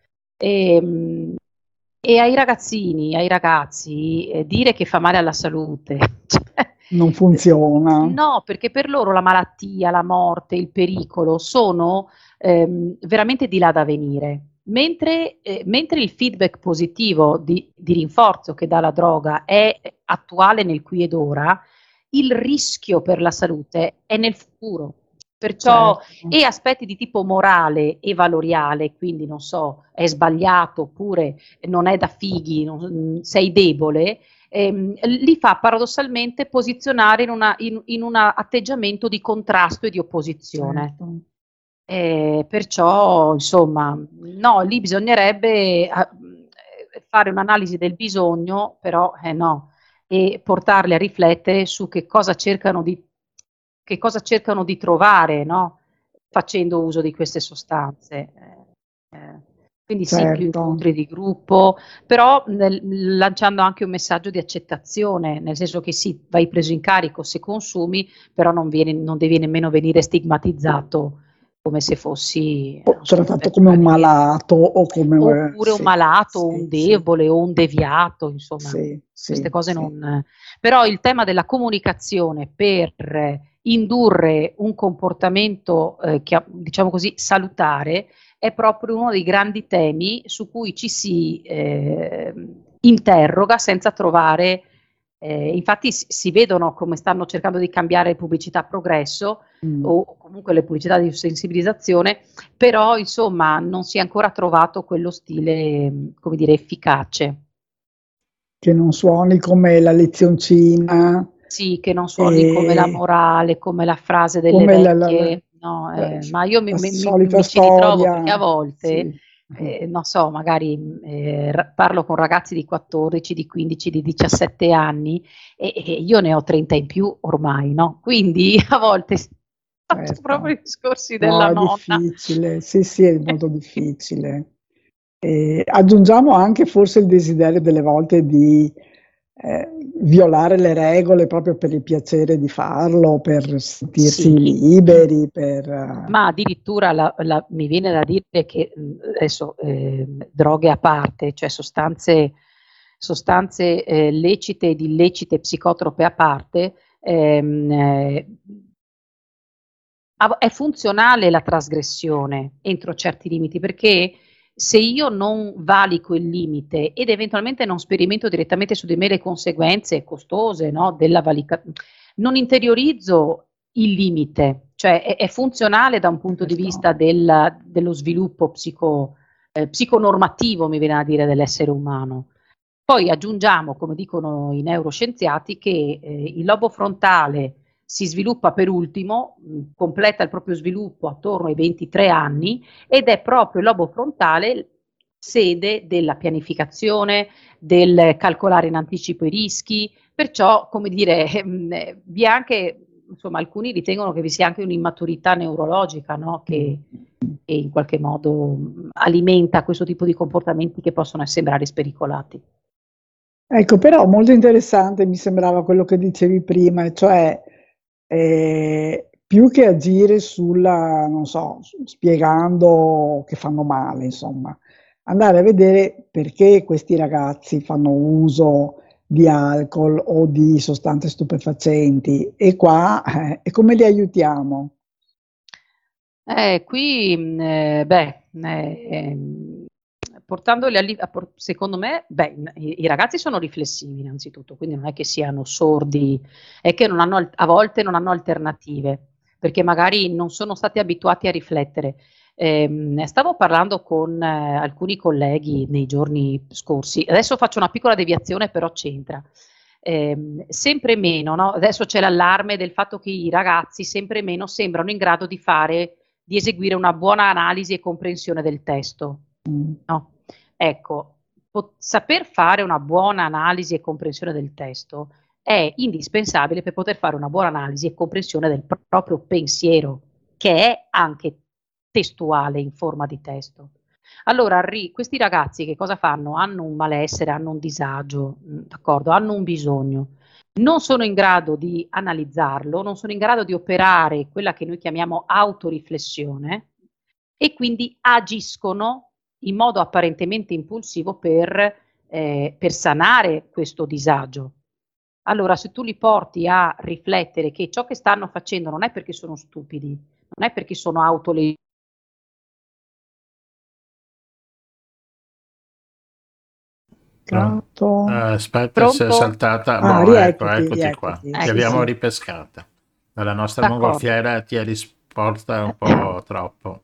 E, mh, e ai ragazzini, ai ragazzi, eh, dire che fa male alla salute, cioè, Non eh, funziona. no, perché per loro la malattia, la morte, il pericolo sono ehm, veramente di là da venire. Mentre, eh, mentre il feedback positivo di, di rinforzo che dà la droga è attuale nel qui ed ora, il rischio per la salute è nel futuro. Perciò, Certo. e aspetti di tipo morale e valoriale, quindi non so, è sbagliato oppure non è da fighi, non- sei debole, ehm, li fa paradossalmente posizionare in, una, in, in un atteggiamento di contrasto e di opposizione. Certo. Eh, perciò, insomma, no, lì bisognerebbe ah, eh, fare un'analisi del bisogno, però eh, no, e portarli a riflettere su che cosa cercano di, che cosa cercano di trovare, no? Facendo uso di queste sostanze. Eh, eh, quindi sì, più Certo. incontri di gruppo, però nel- lanciando anche un messaggio di accettazione, nel senso che sì, vai preso in carico se consumi, però non, viene, non devi nemmeno venire stigmatizzato come se fossi, O non so, trattato per come un magari, malato o come... oppure un Sì, malato, o sì, un sì, debole, o un deviato, insomma, sì, queste sì, cose sì. non... Però il tema della comunicazione per indurre un comportamento, eh, che, diciamo così, salutare, è proprio uno dei grandi temi su cui ci si eh, interroga senza trovare, eh, infatti si, si vedono come stanno cercando di cambiare pubblicità a progresso Mm. o comunque le pubblicità di sensibilizzazione, però insomma non si è ancora trovato quello stile, come dire, efficace. Che non suoni come la lezioncina, Sì, che non suoni come la e morale, come la frase delle come la, la- la- vecchie, no, la- eh, ma io mi, la mi- mi- solita mi ci ritrovo perché a storia. volte, Sì. eh, non so, magari eh, ra- parlo con ragazzi di quattordici, di quindici, di diciassette anni e, e io ne ho trenta in più ormai, no? Quindi a volte s- faccio proprio Certo. i discorsi della No, è nonna. difficile, sì, sì, è molto difficile. E aggiungiamo anche forse il desiderio delle volte di eh, violare le regole proprio per il piacere di farlo, per sentirsi Sì, liberi, per... eh, ma addirittura la- la- mi viene da dire che mh, adesso eh, droghe a parte, cioè sostanze, sostanze eh, lecite ed illecite psicotrope a parte, ehm, eh, a- è funzionale la trasgressione entro certi limiti perché se io non valico il limite ed eventualmente non sperimento direttamente su di me le conseguenze costose, no, della valica, non interiorizzo il limite, cioè è, è funzionale da un punto di Questo. vista del- dello sviluppo psico, eh, psiconormativo, mi viene a dire, dell'essere umano. Poi aggiungiamo, come dicono i neuroscienziati, che eh, il lobo frontale si sviluppa per ultimo, mh, completa il proprio sviluppo attorno ai ventitré anni ed è proprio il lobo frontale sede della pianificazione, del calcolare in anticipo i rischi, perciò, come dire, ehm, eh, vi è anche, insomma, alcuni ritengono che vi sia anche un'immaturità neurologica, no? che, che in qualche modo mh, alimenta questo tipo di comportamenti che possono sembrare spericolati. Ecco, però molto interessante mi sembrava quello che dicevi prima, e cioè eh, più che agire sulla, non so, su- spiegando che fanno male, insomma, andare a vedere perché questi ragazzi fanno uso di alcol o di sostanze stupefacenti e qua eh, e come li aiutiamo? Eh, qui, mh, eh, beh, eh, ehm, portandoli a, li- a por- secondo me, beh, n- i, i ragazzi sono riflessivi innanzitutto, quindi non è che siano sordi, è che non hanno, al- a volte non hanno alternative, perché magari non sono stati abituati a riflettere. Ehm, stavo parlando con eh, alcuni colleghi nei giorni scorsi, adesso faccio una piccola deviazione, però c'entra. Ehm, sempre meno, no? Adesso c'è l'allarme del fatto che i ragazzi sempre meno sembrano in grado di fare di eseguire una buona analisi e comprensione del testo. Mm. No? Ecco, po- saper fare una buona analisi e comprensione del testo è indispensabile per poter fare una buona analisi e comprensione del pro- proprio pensiero, che è anche testuale in forma di testo. Allora, ri- questi ragazzi che cosa fanno? Hanno un malessere, hanno un disagio, mh, d'accordo? Hanno un bisogno non sono in grado di analizzarlo, non sono in grado di operare quella che noi chiamiamo autoriflessione e quindi agiscono in modo apparentemente impulsivo per, eh, per sanare questo disagio. Allora, se tu li porti a riflettere che ciò che stanno facendo non è perché sono stupidi, non è perché sono autolesivi, Pronto? Eh, aspetta, si è pronto? saltata. Ah, Boh, ecco, rieccoci, eccoti qua. rieccoci, Ti sì, Ecco, abbiamo sì. ripescata. Dalla nostra d'accordo. mongolfiera ti eri sporta un po' troppo.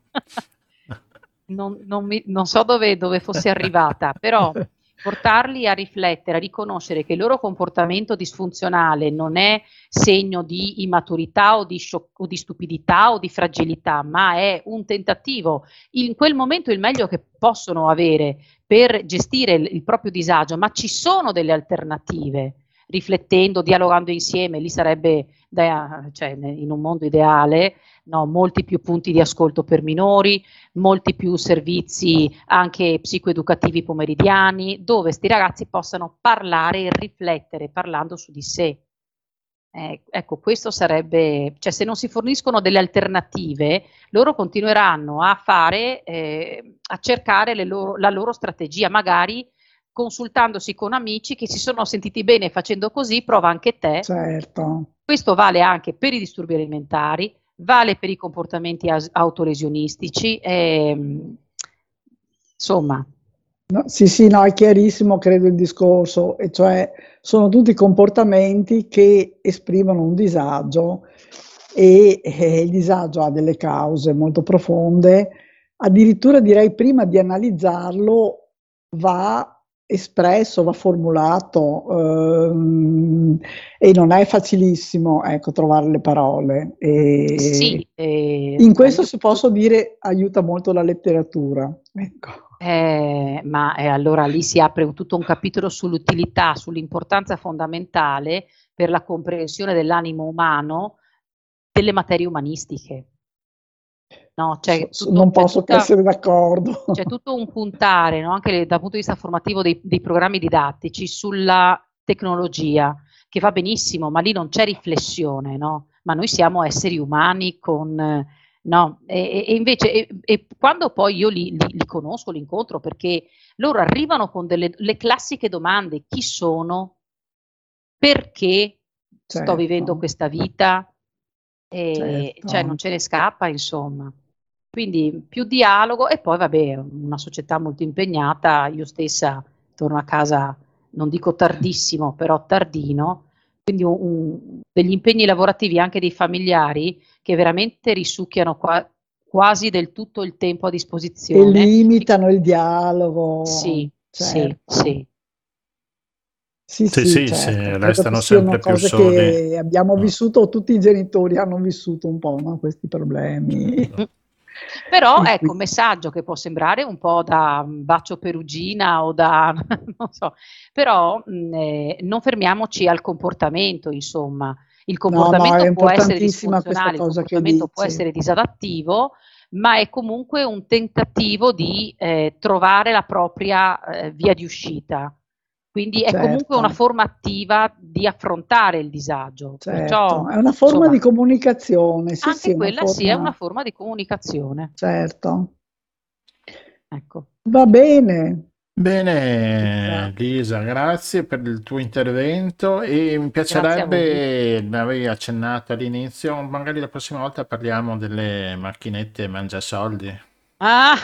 non, non mi- non so dove, dove fosse arrivata, però portarli a riflettere, a riconoscere che il loro comportamento disfunzionale non è segno di immaturità o di, scioc- o di stupidità o di fragilità, ma è un tentativo, in quel momento il meglio che possono avere per gestire il, il proprio disagio, ma ci sono delle alternative. Riflettendo, dialogando insieme, lì sarebbe, da- cioè, in un mondo ideale, no, molti più punti di ascolto per minori, molti più servizi anche psicoeducativi pomeridiani, dove questi ragazzi possano parlare e riflettere parlando su di sé. Eh, ecco, questo sarebbe, cioè se non si forniscono delle alternative, loro continueranno a fare, eh, a cercare le loro, la loro strategia, magari consultandosi con amici che si sono sentiti bene facendo così, prova anche te. Certo. Questo vale anche per i disturbi alimentari, vale per i comportamenti as- autolesionistici, ehm, insomma, No, sì, sì, no, è chiarissimo, credo il discorso, e cioè sono tutti comportamenti che esprimono un disagio e, eh, il disagio ha delle cause molto profonde, addirittura direi prima di analizzarlo va espresso, va formulato, ehm, e non è facilissimo, ecco, trovare le parole. E sì, eh, in questo, io se posso dire, aiuta molto la letteratura, ecco. Eh, ma eh, allora lì si apre un- tutto un capitolo sull'utilità, sull'importanza fondamentale per la comprensione dell'animo umano delle materie umanistiche. No, So- c'è so- tutto, non c'è posso che tutta, essere d'accordo. c'è tutto un puntare, no, anche le- dal punto di vista formativo dei, dei programmi didattici sulla tecnologia, che va benissimo, ma lì non c'è riflessione, no? Ma noi siamo esseri umani con... eh, no? E, e- e invece, e, e quando poi io li, li- li conosco, li incontro, perché loro arrivano con delle le classiche domande: chi sono? Perché sto vivendo Certo, questa vita? E, cioè non certo. ce ne scappa, insomma. Quindi più dialogo e poi vabbè, una società molto impegnata, io stessa torno a casa, non dico tardissimo, però tardino, quindi un, un- degli impegni lavorativi anche dei familiari che veramente risucchiano qua- quasi del tutto il tempo a E disposizione. limitano il dialogo, Sì, sì, certo. sì. Sì, Sì, sì, sì, certo. sì, Credo che restano siano sempre più cose soli. che abbiamo Mm. vissuto, tutti i genitori hanno vissuto un po', no? Questi problemi. Mm. Però E ecco, un quindi, messaggio che può sembrare un po' da mm, bacio perugina o da non so, però mh, eh, non fermiamoci al comportamento, insomma. Il no, no, è comportamento può essere importantissima questa disfunzionale, il cosa che comportamento può dici. essere disadattivo, ma è comunque un tentativo di eh, trovare la propria eh, via di uscita. Quindi è comunque una Certo, forma attiva di affrontare il disagio. Perciò, certo. È una forma di insomma, comunicazione, sì, sì, anche una quella sì è una forma, forma di comunicazione. certo. Ecco. Va bene. Bene, Lisa. Lisa, grazie per il tuo intervento e mi Grazie a voi. piacerebbe, ne avevi accennato all'inizio, magari la prossima volta parliamo delle macchinette mangiasoldi. Ah,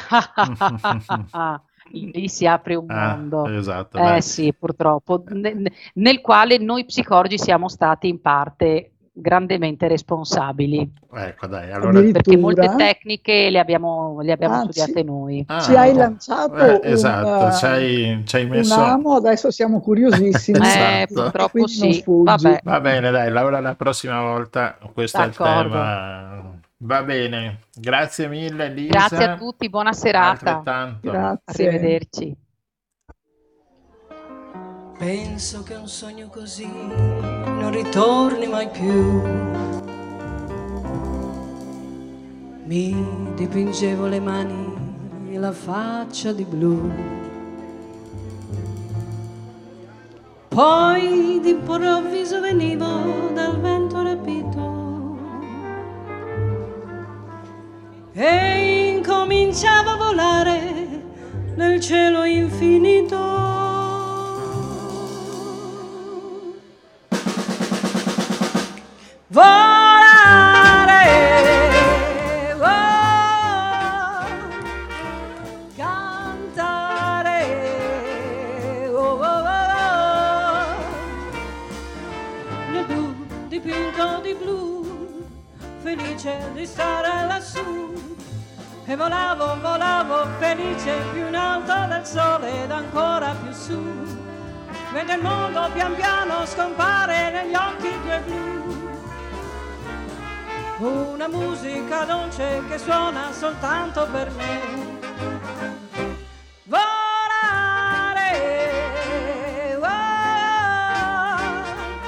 lì si apre un Ah, mondo. esatto, Eh dai. sì, purtroppo, ne- ne- nel quale noi psicologi siamo stati in parte grandemente responsabili, Ecco, dai, allora... perché molte Addirittura, tecniche le abbiamo, le abbiamo ah, studiate ci, noi. ci hai Ah, eh, lanciato un, esatto, ci eh, hai, ci hai un messo... amo, adesso siamo curiosissimi Eh, Esatto. e purtroppo quindi non sì. sfuggi. Vabbè, Va bene, dai, allora la prossima volta questo è il d'accordo. tema. Va bene, grazie mille Grazie a Lisa, tutti, buona serata. altrettanto. Grazie. Arrivederci. Penso che un sogno così non ritorni mai più. Mi dipingevo le mani e la faccia di blu. Poi d'improvviso venivo dal vento rapito e incominciavo a volare nel cielo infinito. Volare, oh, cantare, oh, oh, oh, nel blu dipinto di blu, felice di stare lassù. E volavo, volavo, felice più in alto del sole ed ancora più su. Mentre il mondo pian piano scompare negli occhi tuoi blu. Una musica dolce che suona soltanto per me. Volare, oh,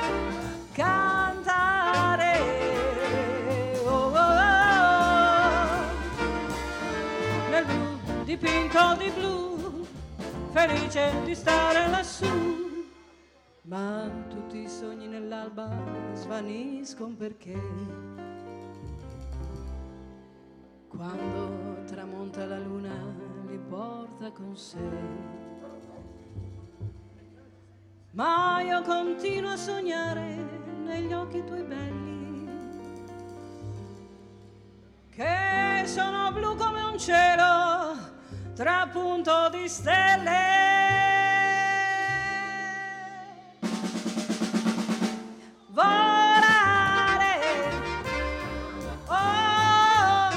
cantare, oh, oh, oh, nel blu dipinto di blu, felice di stare lassù. Ma tutti i sogni nell'alba svaniscono perché quando tramonta la luna li porta con sé. Ma io continuo a sognare negli occhi tuoi belli, che sono blu come un cielo trapunto di stelle. Volare, oh,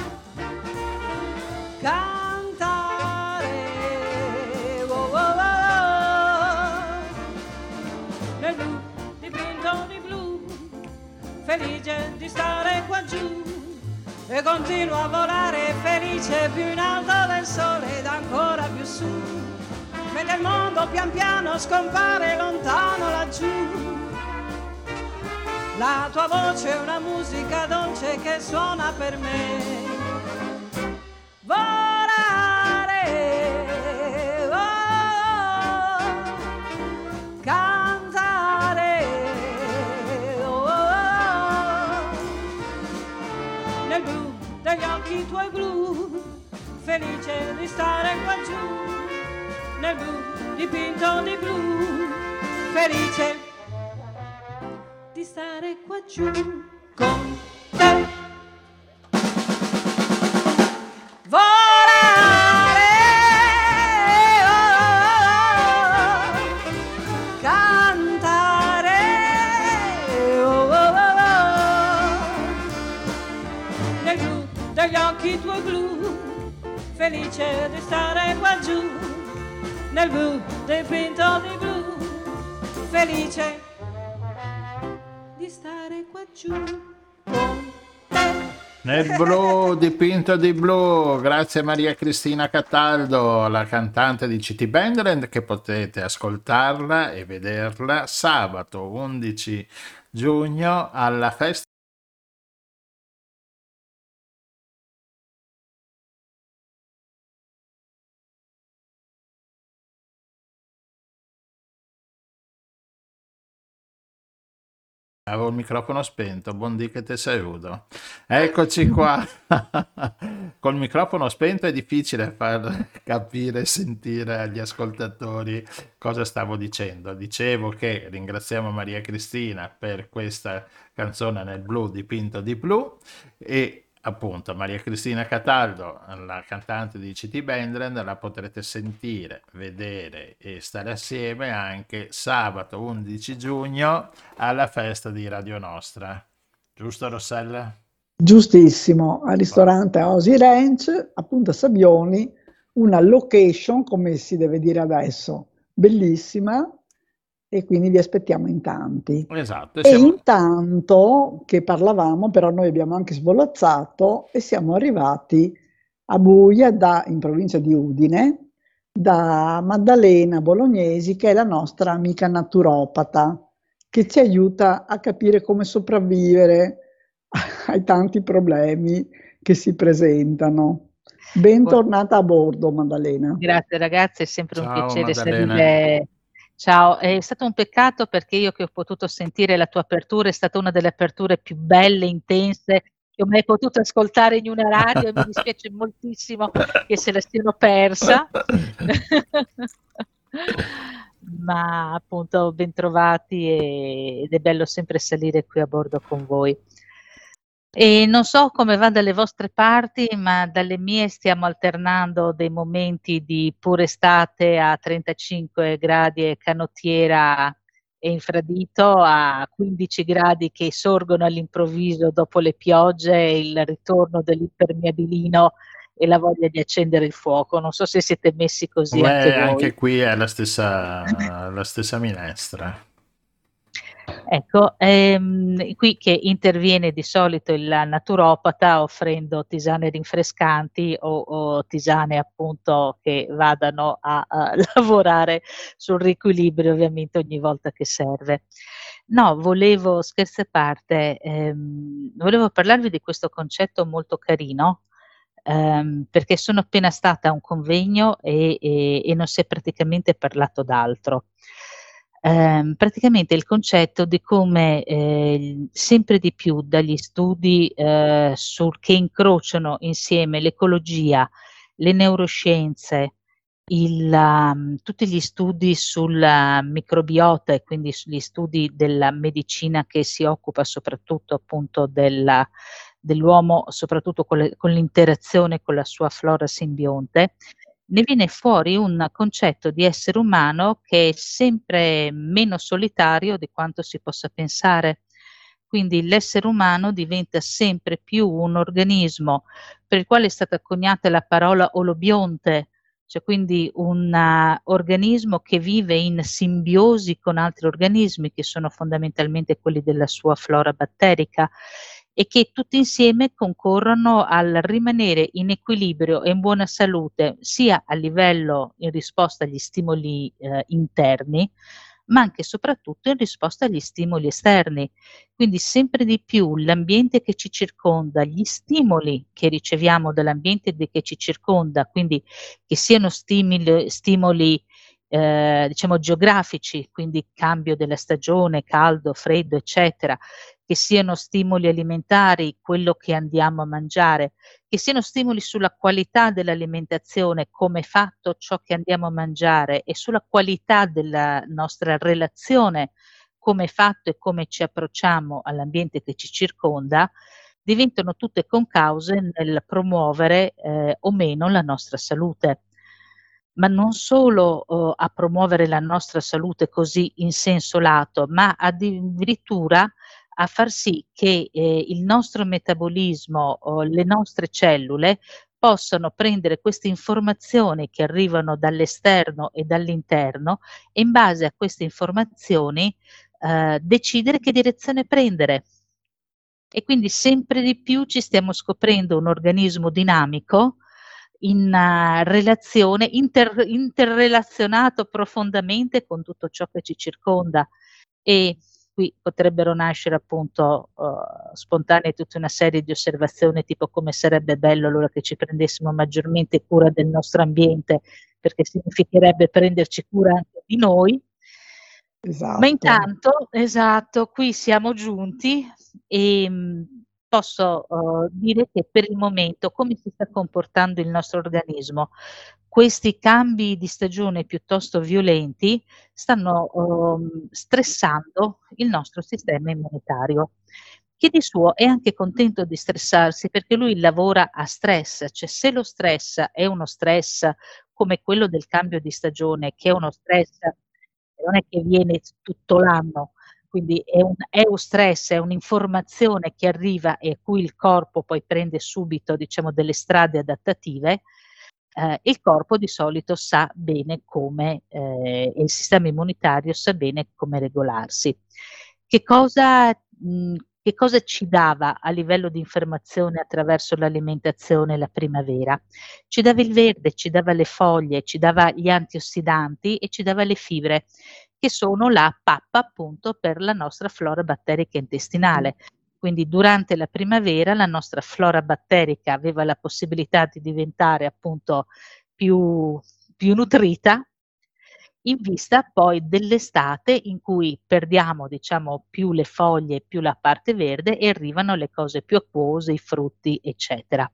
cantare, oh, oh, oh, nel blu dipinto di blu, felice di stare qua giù. E continuo a volare felice più in alto del sole ed ancora più su. Mentre il mondo pian piano scompare lontano laggiù. La tua voce è una musica dolce che suona per me. Volare, oh, cantare, oh, oh, nel blu degli occhi tuoi blu, felice di stare qua giù. Nel blu dipinto di blu, felice di stare qua giù con te. i tuoi blu, felice di stare qua giù, nel blu dipinto di blu, felice di stare qua giù con te. Nel blu dipinto di blu, grazie a Maria Cristina Cataldo, la cantante di City Bandland, che potete ascoltarla e vederla sabato undici giugno alla festa. Avevo il microfono spento, buon dì che te saluto. Eccoci qua. Col microfono spento è difficile far capire e sentire agli ascoltatori cosa stavo dicendo. Dicevo che ringraziamo Maria Cristina per questa canzone Nel blu dipinto di blu e appunto Maria Cristina Cataldo, la cantante di City Bandland, la potrete sentire, vedere e stare assieme anche sabato undici giugno alla festa di Radio Nostra. Giusto, Rossella? Giustissimo, al ristorante Osi Ranch, appunto a Sabioni, una location, come si deve dire adesso, bellissima, e quindi vi aspettiamo in tanti. Esatto. E siamo... intanto che parlavamo, però noi abbiamo anche svolazzato e siamo arrivati a Buia, da, in provincia di Udine, da Maddalena Bolognesi, che è la nostra amica naturopata, che ci aiuta a capire come sopravvivere ai tanti problemi che si presentano. Bentornata a bordo, Maddalena. Grazie ragazzi, è sempre Ciao, un piacere Maddalena. salire. Ciao, è stato un peccato perché io che ho potuto sentire la tua apertura, è stata una delle aperture più belle, intense che ho mai potuto ascoltare in una radio e mi dispiace moltissimo che se la siano persa. Ma appunto ben trovati e, ed è bello sempre salire qui a bordo con voi. E non so come va dalle vostre parti, ma dalle mie stiamo alternando dei momenti di pura estate a trentacinque gradi e canottiera e infradito, a quindici gradi che sorgono all'improvviso dopo le piogge, il ritorno dell'impermeabilino e la voglia di accendere il fuoco. Non so se siete messi così Beh, anche voi. anche qui è la stessa, la stessa minestra. Ecco, ehm, qui che interviene di solito il naturopata offrendo tisane rinfrescanti o, o tisane appunto che vadano a, a lavorare sul riequilibrio ovviamente ogni volta che serve. No, volevo, scherzi a parte, ehm, volevo parlarvi di questo concetto molto carino, ehm, perché sono appena stata a un convegno e, e, e non si è praticamente parlato d'altro. Eh, praticamente il concetto di come eh, sempre di più dagli studi eh, sul, che incrociano insieme l'ecologia, le neuroscienze, il, um, tutti gli studi sul uh, microbiota e quindi sugli studi della medicina che si occupa soprattutto appunto della, dell'uomo, soprattutto con, le, con l'interazione con la sua flora simbionte, ne viene fuori un concetto di essere umano che è sempre meno solitario di quanto si possa pensare. Quindi l'essere umano diventa sempre più un organismo per il quale è stata coniata la parola olobionte, cioè quindi un uh, organismo che vive in simbiosi con altri organismi che sono fondamentalmente quelli della sua flora batterica e che tutti insieme concorrono al rimanere in equilibrio e in buona salute sia a livello in risposta agli stimoli eh, interni, ma anche e soprattutto in risposta agli stimoli esterni. Quindi sempre di più l'ambiente che ci circonda, gli stimoli che riceviamo dall'ambiente che ci circonda, quindi che siano stimoli, stimoli eh, diciamo geografici, quindi cambio della stagione, caldo, freddo, eccetera, che siano stimoli alimentari, quello che andiamo a mangiare, che siano stimoli sulla qualità dell'alimentazione, come è fatto ciò che andiamo a mangiare e sulla qualità della nostra relazione, come è fatto e come ci approcciamo all'ambiente che ci circonda, diventano tutte concause nel promuovere eh, o meno la nostra salute. Ma non solo uh, a promuovere la nostra salute così in senso lato, ma addirittura a far sì che eh, il nostro metabolismo o le nostre cellule possano prendere queste informazioni che arrivano dall'esterno e dall'interno e in base a queste informazioni eh, decidere che direzione prendere. E quindi sempre di più ci stiamo scoprendo un organismo dinamico in uh, relazione, inter, interrelazionato profondamente con tutto ciò che ci circonda. E qui potrebbero nascere appunto uh, spontanee tutta una serie di osservazioni, tipo come sarebbe bello allora che ci prendessimo maggiormente cura del nostro ambiente, perché significherebbe prenderci cura anche di noi. Esatto. Ma intanto, esatto, qui siamo giunti e mh, posso uh, dire che per il momento come si sta comportando il nostro organismo? Questi cambi di stagione piuttosto violenti stanno um, stressando il nostro sistema immunitario, che di suo è anche contento di stressarsi perché lui lavora a stress, cioè se lo stress è uno stress come quello del cambio di stagione, che è uno stress non è che viene tutto l'anno, quindi è un eustress, è un'informazione che arriva e a cui il corpo poi prende subito, diciamo, delle strade adattative. Eh, il corpo di solito sa bene come, eh, e il sistema immunitario sa bene come regolarsi. Che cosa, mh, che cosa ci dava a livello di informazione attraverso l'alimentazione la primavera? Ci dava il verde, ci dava le foglie, ci dava gli antiossidanti e ci dava le fibre, che sono la pappa appunto per la nostra flora batterica intestinale. Quindi durante la primavera la nostra flora batterica aveva la possibilità di diventare appunto più, più nutrita, in vista poi dell'estate in cui perdiamo diciamo più le foglie, più la parte verde e arrivano le cose più acquose, i frutti, eccetera.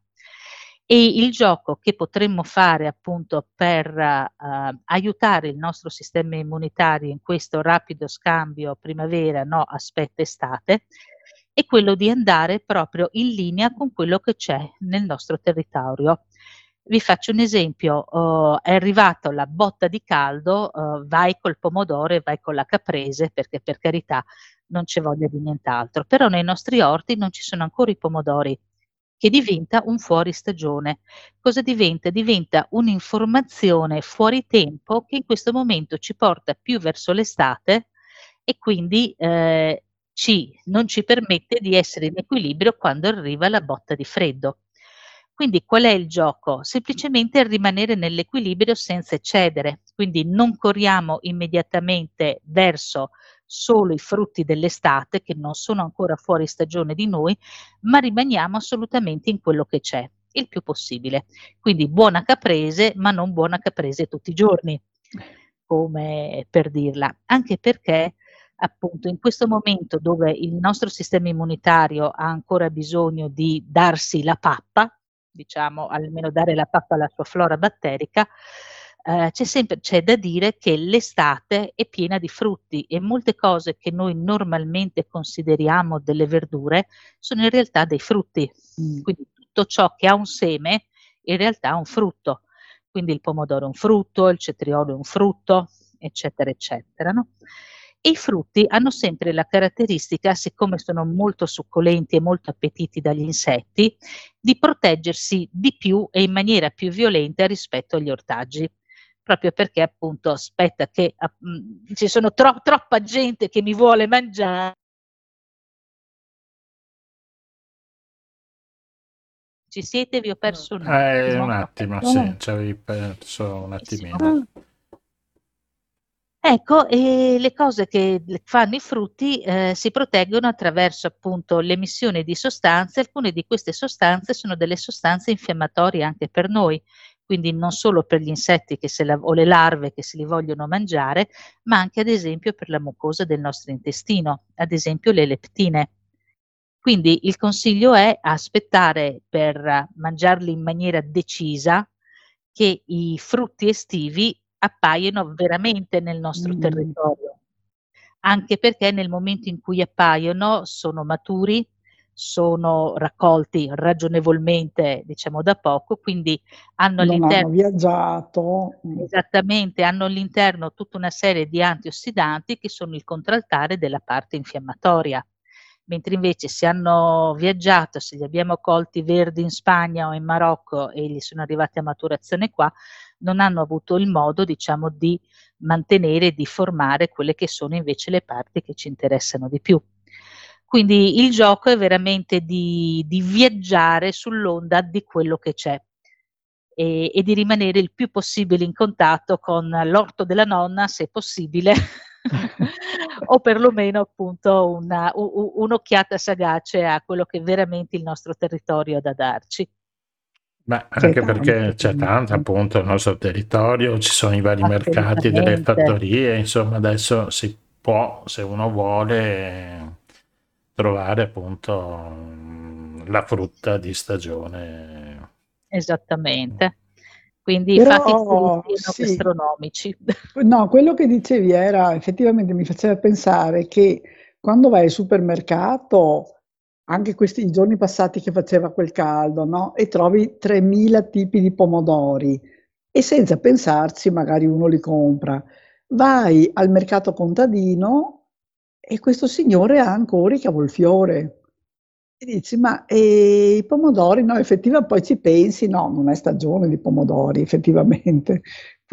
E il gioco che potremmo fare appunto per uh, aiutare il nostro sistema immunitario in questo rapido scambio primavera, no, aspetta estate, è quello di andare proprio in linea con quello che c'è nel nostro territorio. Vi faccio un esempio, uh, è arrivata la botta di caldo, uh, vai col pomodoro e vai con la caprese, perché per carità non c'è voglia di nient'altro, però nei nostri orti non ci sono ancora i pomodori, che diventa un fuori stagione. Cosa diventa? Diventa un'informazione fuori tempo che in questo momento ci porta più verso l'estate e quindi eh, ci, non ci permette di essere in equilibrio quando arriva la botta di freddo. Quindi qual è il gioco? Semplicemente rimanere nell'equilibrio senza eccedere, quindi non corriamo immediatamente verso solo i frutti dell'estate che non sono ancora fuori stagione di noi, ma rimaniamo assolutamente in quello che c'è, il più possibile. Quindi buona caprese, ma non buona caprese tutti i giorni, come per dirla, anche perché appunto in questo momento dove il nostro sistema immunitario ha ancora bisogno di darsi la pappa, diciamo almeno dare la pappa alla sua flora batterica, eh, c'è sempre c'è da dire che l'estate è piena di frutti e molte cose che noi normalmente consideriamo delle verdure sono in realtà dei frutti. Mm. Quindi tutto ciò che ha un seme in realtà ha un frutto. Quindi il pomodoro è un frutto, il cetriolo è un frutto, eccetera, eccetera. No? E i frutti hanno sempre la caratteristica, siccome sono molto succolenti e molto appetiti dagli insetti, di proteggersi di più e in maniera più violenta rispetto agli ortaggi. Proprio perché appunto aspetta che mh, ci sono tro- troppa gente che mi vuole mangiare. Ci siete? Vi ho perso un attimo. Eh, un attimo, sì, ci avevi perso un attimino. Ecco, e le cose che fanno i frutti eh, si proteggono attraverso appunto l'emissione di sostanze. Alcune di queste sostanze sono delle sostanze infiammatorie anche per noi, quindi non solo per gli insetti che se la, o le larve che se li vogliono mangiare, ma anche ad esempio per la mucosa del nostro intestino, ad esempio le leptine. Quindi il consiglio è aspettare per mangiarli in maniera decisa che i frutti estivi appaiono veramente nel nostro mm. territorio, anche perché nel momento in cui appaiono sono maturi, sono raccolti ragionevolmente, diciamo da poco, quindi hanno non all'interno hanno viaggiato. Esattamente, hanno all'interno tutta una serie di antiossidanti che sono il contraltare della parte infiammatoria. mentre invece se hanno viaggiato, se li abbiamo colti verdi in Spagna o in Marocco e gli sono arrivati a maturazione qua, non hanno avuto il modo, diciamo, di mantenere e di formare quelle che sono invece le parti che ci interessano di più. Quindi il gioco è veramente di, di viaggiare sull'onda di quello che c'è e, e di rimanere il più possibile in contatto con l'orto della nonna, se possibile, o perlomeno appunto una, u, un'occhiata sagace a quello che veramente il nostro territorio ha da darci. Beh, anche perché c'è tanto appunto il nostro territorio, ci sono i vari mercati delle fattorie, insomma adesso si può, se uno vuole, trovare appunto la frutta di stagione. Esattamente, quindi Però, i fatti siano sì. gastronomici. No, quello che dicevi era effettivamente mi faceva pensare che quando vai al supermercato, anche questi giorni passati che faceva quel caldo, no? E trovi tremila tipi di pomodori e senza pensarci magari uno li compra. Vai al mercato contadino e questo signore ha ancora i cavolfiore. E dici, ma eh, i pomodori, no, effettivamente poi ci pensi, no, non è stagione di pomodori, effettivamente.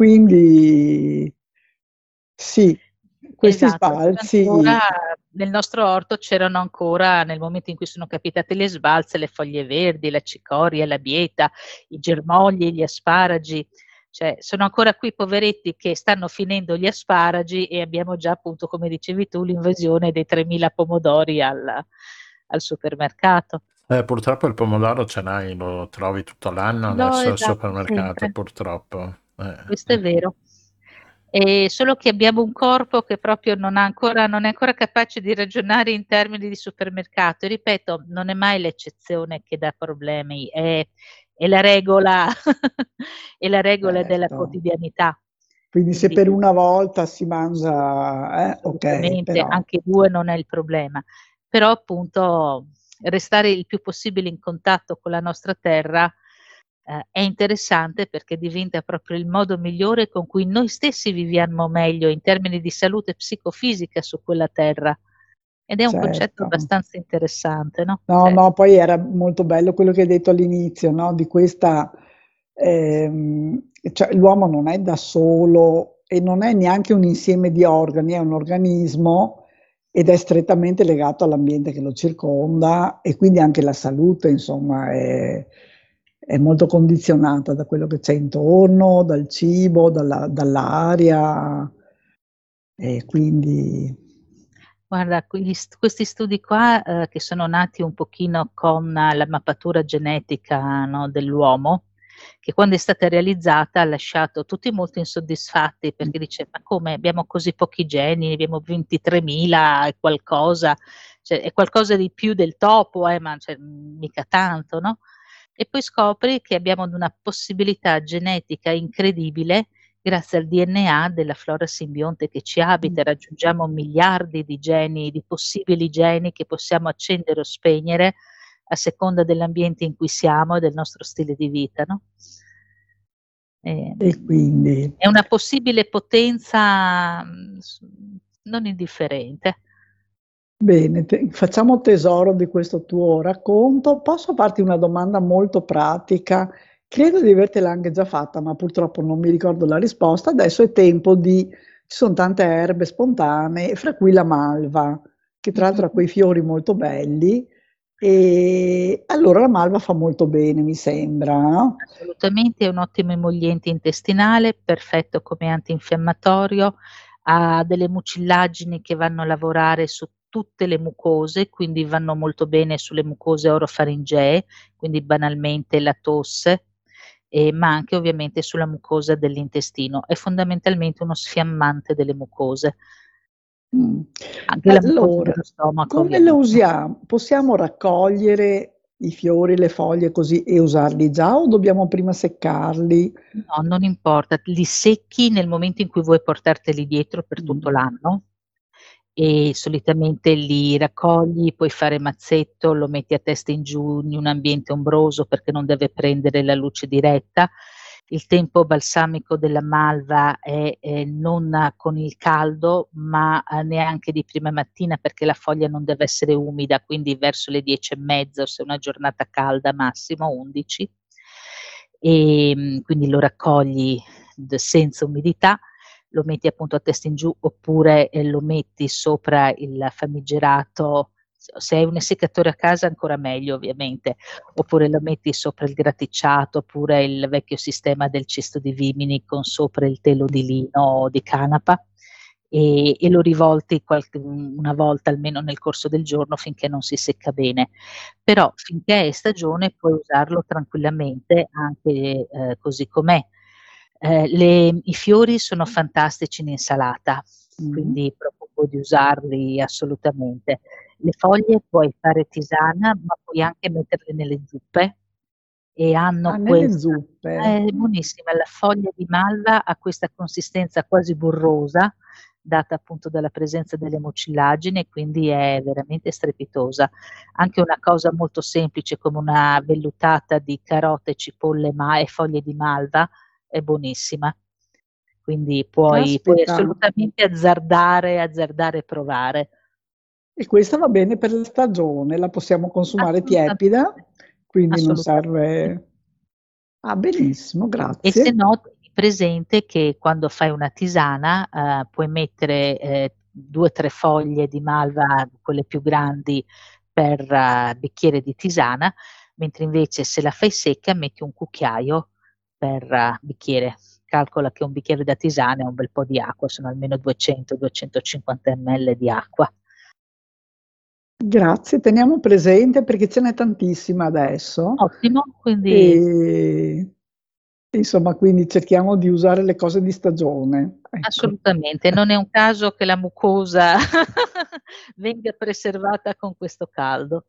Quindi sì, questi Esatto, c'era sbalzi. ancora, nel nostro orto c'erano ancora, nel momento in cui sono capitate le sbalze, le foglie verdi, la cicoria, la bieta, i germogli, gli asparagi, cioè sono ancora qui poveretti che stanno finendo gli asparagi e abbiamo già appunto, come dicevi tu, l'invasione dei tremila pomodori al, al supermercato. Eh, purtroppo il pomodoro ce l'hai, lo trovi tutto l'anno No, adesso al esatto, supermercato, sempre. purtroppo. Eh, Questo è vero. E solo che abbiamo un corpo che proprio non ha ancora, non è ancora capace di ragionare in termini di supermercato. E ripeto, non è mai l'eccezione che dà problemi, è, è la regola, è la regola della certo. quotidianità. Quindi se Quindi, per una volta si mangia, eh, ok, assolutamente, però. anche due non è il problema. Però appunto restare il più possibile in contatto con la nostra terra eh, è interessante perché diventa proprio il modo migliore con cui noi stessi viviamo meglio in termini di salute psicofisica su quella terra. Ed è un concetto Certo. abbastanza interessante, no? No, Cioè, no, poi era molto bello quello che hai detto all'inizio, no? Di questa, ehm, cioè l'uomo non è da solo e non è neanche un insieme di organi, è un organismo ed è strettamente legato all'ambiente che lo circonda e quindi anche la salute, insomma, è, è molto condizionata da quello che c'è intorno, dal cibo, dalla- dall'aria e quindi... guarda, quegli st- questi studi qua eh, che sono nati un pochino con eh, la mappatura genetica, no, dell'uomo, che quando è stata realizzata ha lasciato tutti molto insoddisfatti perché dice, ma come abbiamo così pochi geni, abbiamo ventitremila e qualcosa, cioè, è qualcosa di più del topo, eh, ma cioè, mica tanto, no? E poi scopri che abbiamo una possibilità genetica incredibile grazie al D N A della flora simbionte che ci abita, raggiungiamo miliardi di geni, di possibili geni che possiamo accendere o spegnere a seconda dell'ambiente in cui siamo e del nostro stile di vita, no? E, E quindi... è una possibile potenza mh, s- non indifferente. Bene, te- facciamo tesoro di questo tuo racconto. Posso farti una domanda molto pratica? Credo di avertela anche già fatta, ma purtroppo non mi ricordo la risposta. Adesso è tempo di... Ci sono tante erbe spontanee, fra cui la malva, che tra l'altro ha quei fiori molto belli. E allora la malva fa molto bene, mi sembra, no? Assolutamente, è un ottimo emolliente intestinale, perfetto come antinfiammatorio, ha delle mucillagini che vanno a lavorare su tutte le mucose, quindi vanno molto bene sulle mucose orofaringee, quindi banalmente la tosse, e, ma anche ovviamente sulla mucosa dell'intestino. È fondamentalmente uno sfiammante delle mucose, Mm. anche la mucosa Allora, dello stomaco come lo ovviamente. usiamo? Possiamo raccogliere i fiori, le foglie così e usarli già o dobbiamo prima seccarli? No, non importa, li secchi nel momento in cui vuoi portarteli dietro per tutto Mm. l'anno e solitamente li raccogli, puoi fare mazzetto, lo metti a testa in giù in un ambiente ombroso perché non deve prendere la luce diretta il tempo balsamico della malva è eh, non con il caldo, ma eh, neanche di prima mattina, perché la foglia non deve essere umida, quindi verso le dieci e mezza, o se è una giornata calda massimo undici, e mh, quindi lo raccogli d- senza umidità, lo metti appunto a testa in giù, oppure eh, lo metti sopra il famigerato. Se hai un essiccatore a casa ancora meglio, ovviamente, oppure lo metti sopra il graticciato, oppure il vecchio sistema del cesto di vimini con sopra il telo di lino o di canapa, e, e lo rivolti qualche, una volta almeno nel corso del giorno finché non si secca bene. Però finché è stagione puoi usarlo tranquillamente anche eh, così com'è. Eh, le, I fiori sono fantastici in insalata, Mm. quindi propongo di usarli assolutamente. Le foglie puoi fare tisana, ma puoi anche metterle nelle zuppe, e hanno Ah, nelle questa, zuppe. è buonissima, la foglia di malva ha questa consistenza quasi burrosa, data appunto dalla presenza delle mucillagini, e quindi è veramente strepitosa. Anche una cosa molto semplice come una vellutata di carote, cipolle ma- e foglie di malva è buonissima. Quindi puoi, puoi Caspita. assolutamente azzardare, azzardare e provare. E questa va bene per la stagione, la possiamo consumare Assolutamente. tiepida, quindi non Assolutamente. serve... Ah, benissimo, E se grazie. no, tieni presente che quando fai una tisana eh, puoi mettere eh, due o tre foglie di malva, quelle più grandi, per eh, bicchiere di tisana, mentre invece se la fai secca metti un cucchiaio per eh, bicchiere. Calcola che un bicchiere da tisana è un bel po' di acqua, sono almeno duecento duecentocinquanta millilitri di acqua. Grazie, teniamo presente perché ce n'è tantissima adesso. Ottimo, quindi E insomma, quindi cerchiamo di usare le cose di stagione. Ecco. assolutamente, non è un caso che la mucosa venga preservata con questo caldo.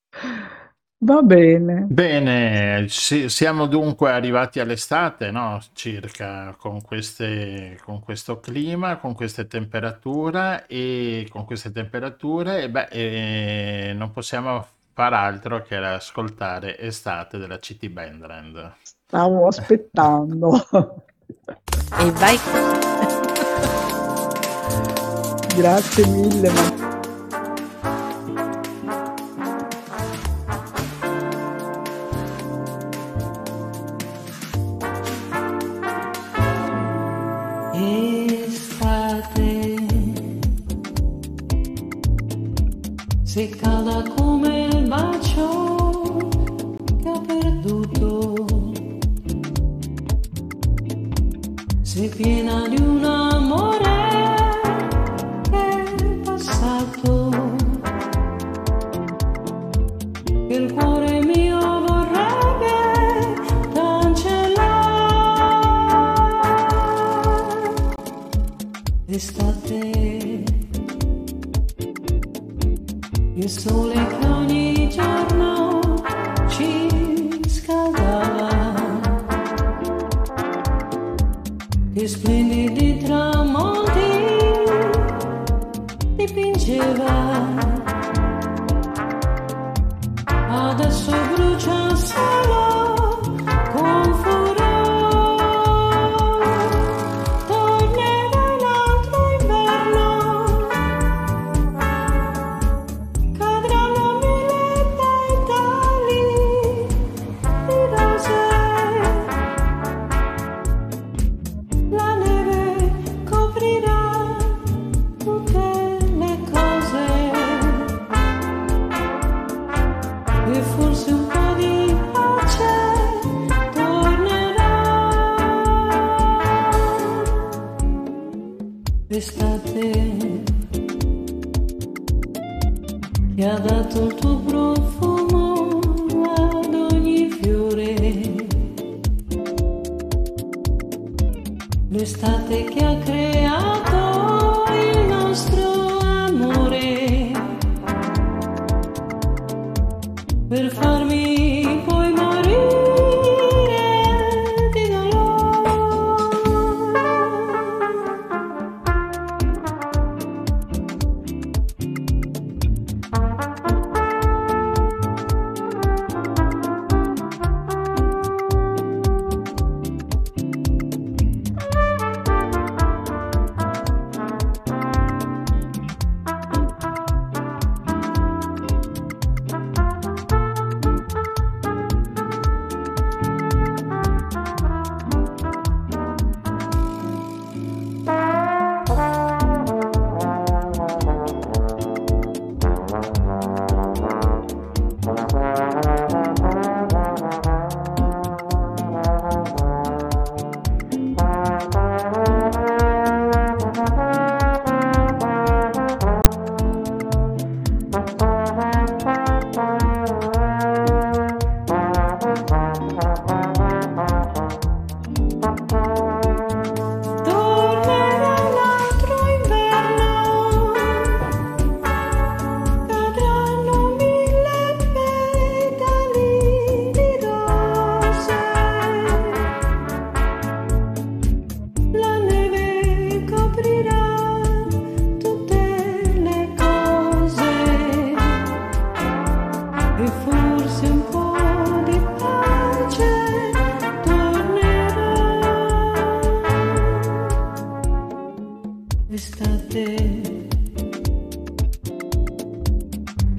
Va bene. Bene, si- siamo dunque arrivati all'estate, no? Circa con queste, con questo clima, con queste temperature e con queste temperature, e beh, eh, non possiamo far altro che ascoltare Estate della C T Bandland. Stavo aspettando. E vai. Grazie mille. Ma... Estate, sei calda come il bacio che ho perduto, sei piena di un amore che è passato, che il cuore mio vorrebbe cancellare. Estate, il sole che ogni giorno ci scaldava, che splendidi tramonti dipingeva, adesso brucia solo con furore. Tornerà l'altro inverno, cadranno mille petali di rose, la neve coprirà tutte le cose, e forse un po' di pace tornerà. Estate che ha dato il tuo profumo ad ogni fiore, l'estate che ha creato il nostro amore, per farmi poi morire di dolore.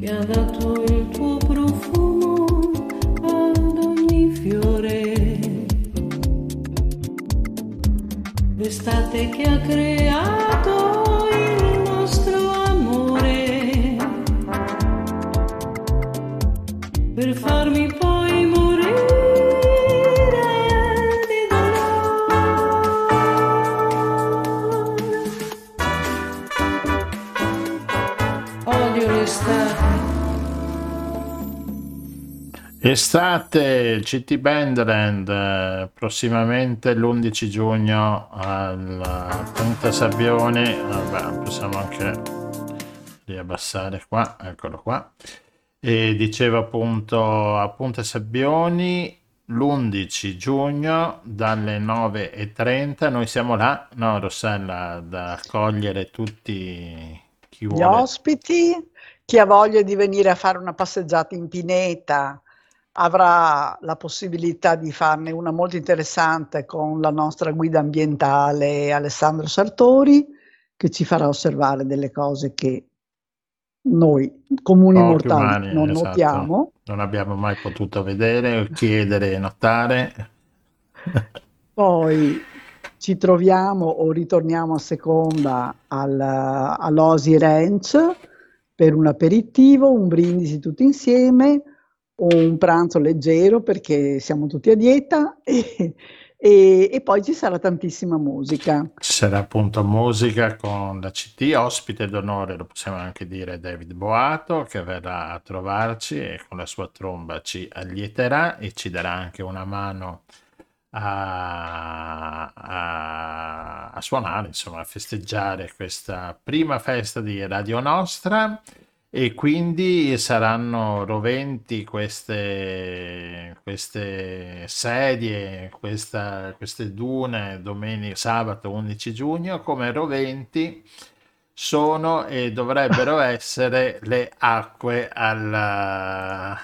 che ha dato il tuo profumo ad ogni fiore, l'estate che ha creato il nostro amore, per farmi poi morire di dolore. Odio l'estate. Estate, C T Bandland, eh, prossimamente l'undici giugno al Punta Sabbioni. Vabbè, possiamo anche riabbassare qua, eccolo qua. E dicevo appunto a Punta Sabbioni l'undici giugno dalle nove e trenta. Noi siamo là, no Rossella, da accogliere tutti chi Gli vuole. ospiti, chi ha voglia di venire a fare una passeggiata in pineta avrà la possibilità di farne una molto interessante con la nostra guida ambientale Alessandro Sartori, che ci farà osservare delle cose che noi comuni Pochi mortali umani, non esatto, notiamo. non abbiamo mai potuto vedere, chiedere e notare. Poi ci troviamo o ritorniamo a seconda al, all'Osi Ranch per un aperitivo, un brindisi tutti insieme, un pranzo leggero perché siamo tutti a dieta e, e- e poi ci sarà tantissima musica. Ci sarà appunto musica con la C T, ospite d'onore, lo possiamo anche dire, David Boato, che verrà a trovarci e con la sua tromba ci allieterà e ci darà anche una mano a, a- a suonare, insomma, a festeggiare questa prima festa di Radio Nostra. E quindi saranno roventi queste, queste sedie, questa- queste dune domenica, sabato undici giugno, come roventi sono e dovrebbero essere le acque alla-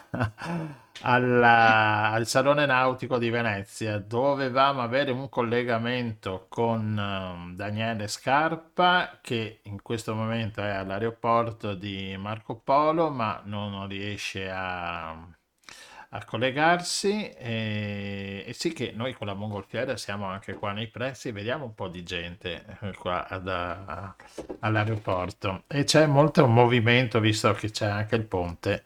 alla- al Salone Nautico di Venezia. Dovevamo avere un collegamento con ehm, Daniele Scarpa, che in questo momento è all'aeroporto di Marco Polo, ma non riesce a, a collegarsi. E, e sì che noi con la mongolfiera siamo anche qua nei pressi, vediamo un po' di gente eh, qua ad- a- all'aeroporto e c'è molto movimento visto che c'è anche il ponte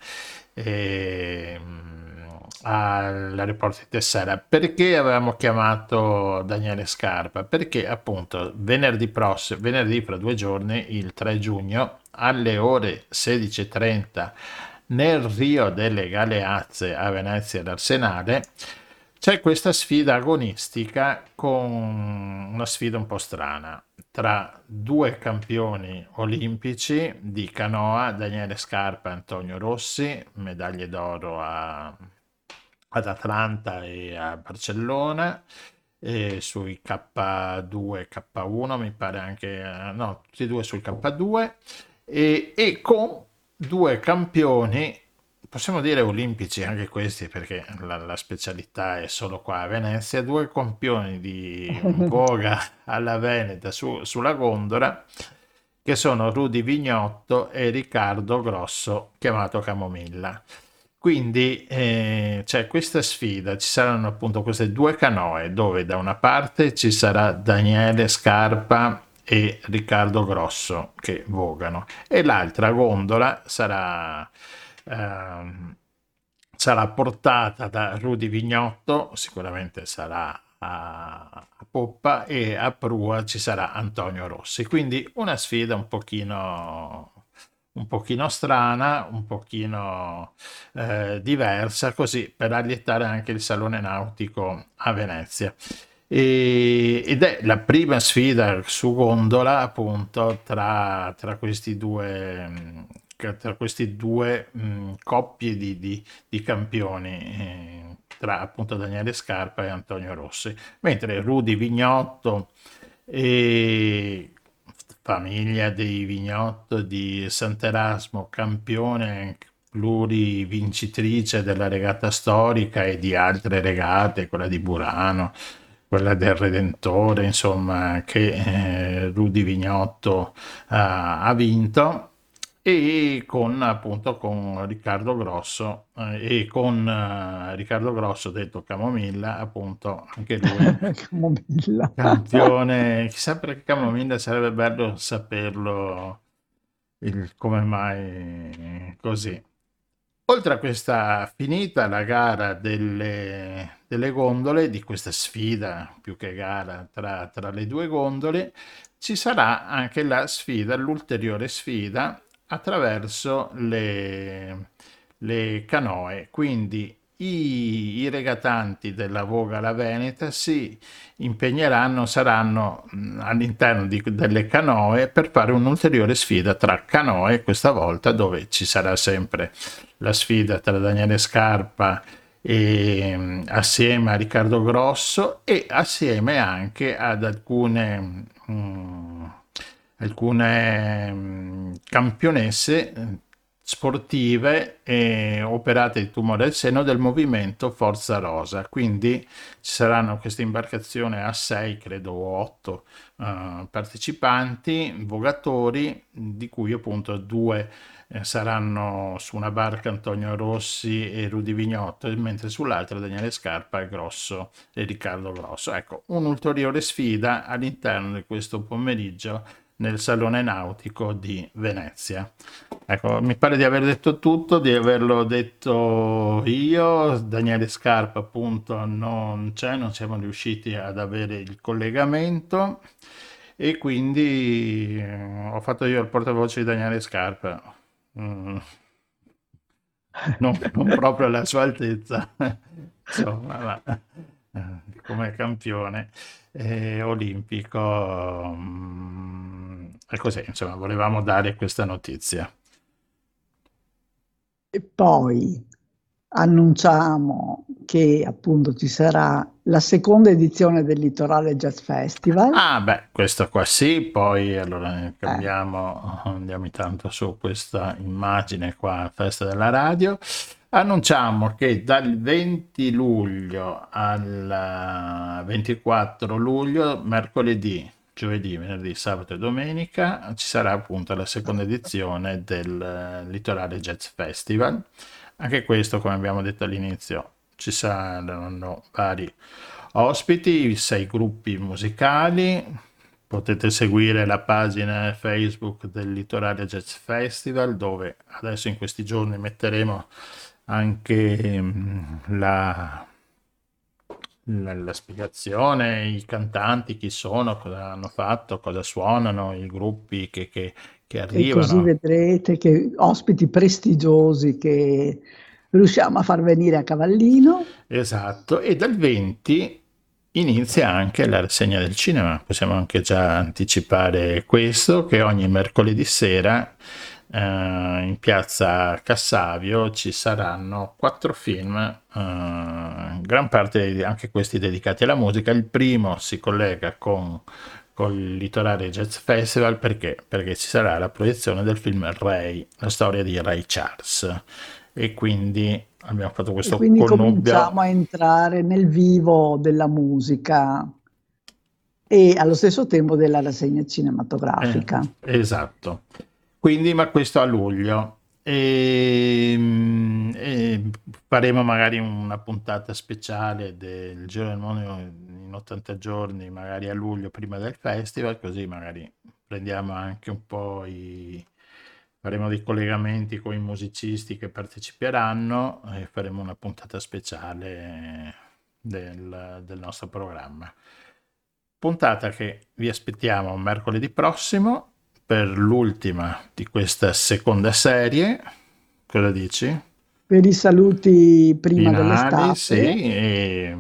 ehm, all'aeroporto di Tessera. Perché avevamo chiamato Daniele Scarpa? Perché appunto venerdì prossimo, venerdì fra due giorni, il tre giugno, alle ore sedici e trenta nel Rio delle Galeazze a Venezia d'Arsenale c'è questa sfida agonistica con una sfida un po' strana tra due campioni olimpici di canoa, Daniele Scarpa e Antonio Rossi, medaglie d'oro a- ad Atlanta e a Barcellona, e sui K due, K uno, mi pare anche, eh, no, tutti e due sul K due, e, e con due campioni, possiamo dire olimpici anche questi perché la, la specialità è solo qua a Venezia, due campioni di voga alla Veneta su- sulla gondola, che sono Rudy Vignotto e Riccardo Grosso, chiamato Camomilla. Quindi eh, c'è questa sfida, ci saranno appunto queste due canoe dove da una parte ci sarà Daniele Scarpa e Riccardo Grosso che vogano e l'altra gondola sarà, ehm, sarà portata da Rudy Vignotto, sicuramente sarà a, a poppa, e a prua ci sarà Antonio Rossi. Quindi una sfida un pochino un pochino strana, un pochino eh, diversa, così per allietare anche il Salone Nautico a Venezia. E- ed è la prima sfida su gondola appunto tra, tra questi due, mh, tra questi due mh, coppie di, di- di campioni, eh, tra appunto Daniele Scarpa e Antonio Rossi, mentre Rudy Vignotto e famiglia dei Vignotto di Sant'Erasmo, campione plurivincitrice della regata storica e di altre regate, quella di Burano, quella del Redentore, insomma, che eh, Rudy Vignotto ha, ha vinto. e con appunto con Riccardo Grosso eh, e con eh, Riccardo Grosso detto Camomilla, appunto anche lui Camomilla. campione. Chissà perché Camomilla, sarebbe bello saperlo il come mai così. Oltre a questa finita la gara delle, delle gondole, di questa sfida più che gara tra, tra le due gondole, ci sarà anche la sfida, l'ulteriore sfida attraverso le, le canoe. Quindi i, i regatanti della Voga alla Veneta si impegneranno, saranno mh, all'interno di- delle canoe per fare un'ulteriore sfida tra canoe, questa volta dove ci sarà sempre la sfida tra Daniele Scarpa e, mh, assieme a Riccardo Grosso e assieme anche ad alcune, mh, alcune mh, campionesse eh, sportive e operate di tumore al seno del movimento Forza Rosa. Quindi ci saranno queste imbarcazioni a sei, credo, o otto eh, partecipanti, vogatori, di cui appunto due eh, saranno su una barca Antonio Rossi e Rudy Vignotto, mentre sull'altra Daniele Scarpa e Grosso e Riccardo Grosso. Ecco, un'ulteriore sfida all'interno di questo pomeriggio nel Salone Nautico di Venezia. Ecco, mi pare di aver detto tutto, di averlo detto io. Daniele Scarpa appunto non c'è, non siamo riusciti ad avere il collegamento e quindi eh, ho fatto io il portavoce di Daniele Scarpa. Mm, non, non proprio alla sua altezza, insomma, ma, eh, come campione eh, olimpico. mm, E così, insomma, volevamo dare questa notizia. E poi annunciamo che appunto ci sarà la seconda edizione del Litorale Jazz Festival. Ah, beh, questo qua sì, poi allora Eh, cambiamo, andiamo intanto su questa immagine qua, Festa della Radio. Annunciamo che dal venti luglio al ventiquattro luglio, mercoledì, giovedì, venerdì, sabato e domenica, ci sarà appunto la seconda edizione del eh, Litorale Jazz Festival. Anche questo, come abbiamo detto all'inizio, ci saranno vari ospiti, sei gruppi musicali. Potete seguire la pagina Facebook del Litorale Jazz Festival, dove adesso in questi giorni metteremo anche mm, la, la, la spiegazione, i cantanti, chi sono, cosa hanno fatto, cosa suonano, i gruppi che, che, che e così arrivano. vedrete che ospiti prestigiosi che riusciamo a far venire a Cavallino. Esatto, e dal venti inizia anche la rassegna del cinema. Possiamo anche già anticipare questo, che ogni mercoledì sera eh, in piazza Cassavio ci saranno quattro film, eh, gran parte anche questi dedicati alla musica. Il primo si collega con col Litorale Jazz Festival perché? Perché ci sarà la proiezione del film Ray, la storia di Ray Charles, e quindi abbiamo fatto E questo quindi connubio. cominciamo a entrare nel vivo della musica e allo stesso tempo della rassegna Eh, cinematografica. esatto. Quindi, ma questo a luglio. E, mm, e faremo magari una puntata speciale del Giro del Mondo in ottanta giorni, magari a luglio prima del festival, così magari prendiamo anche un po' i... faremo dei collegamenti con i musicisti che parteciperanno e faremo una puntata speciale del, del nostro programma. Puntata che vi aspettiamo mercoledì prossimo per l'ultima di questa seconda serie. Cosa dici? Per i saluti prima Finali, sì, dell'estate. e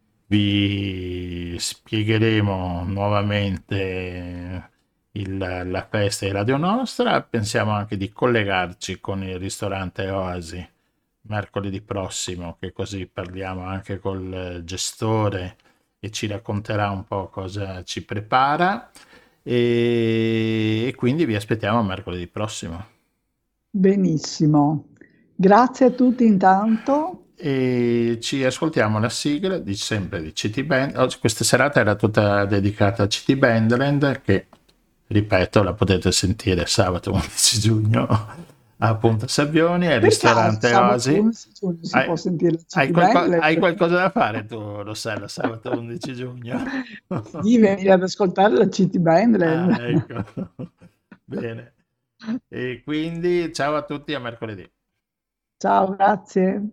vi spiegheremo nuovamente il- la festa di Radio Nostra. Pensiamo anche di collegarci con il ristorante Oasi mercoledì prossimo, che così parliamo anche col gestore e ci racconterà un po' cosa ci prepara. E, e quindi vi aspettiamo mercoledì prossimo. Benissimo. Grazie a tutti intanto. E ci ascoltiamo la sigla di sempre di C T Band. Oggi, questa serata era tutta dedicata a C T Bandland, che ripeto, la potete sentire sabato undici giugno a Punta Sabbioni al Per ristorante caso, sabato Osi. undici giugno si Hai, può sentire la hai, City qualco- Band? hai qualcosa da fare tu, Rossella, sabato undici giugno? Sì, venire ad ascoltare la City Band. Ah, ecco. Bene. E quindi ciao a tutti, a mercoledì. Ciao, grazie.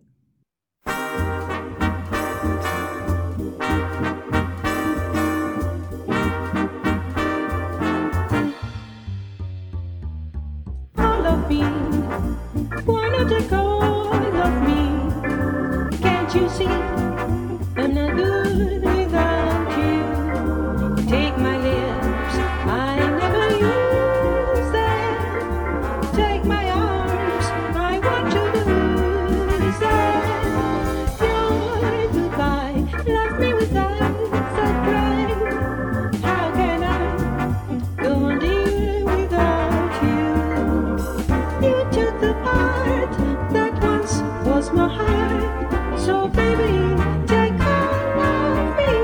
All of me, why not take all of me? Can't you see I'm not good without you? Take my lips, I never use them. Take my arms, I want to lose them. Your goodbye left me with eyes that cry. How can I go on, dear, without you? You took the part that once was my heart. So baby, take all of me.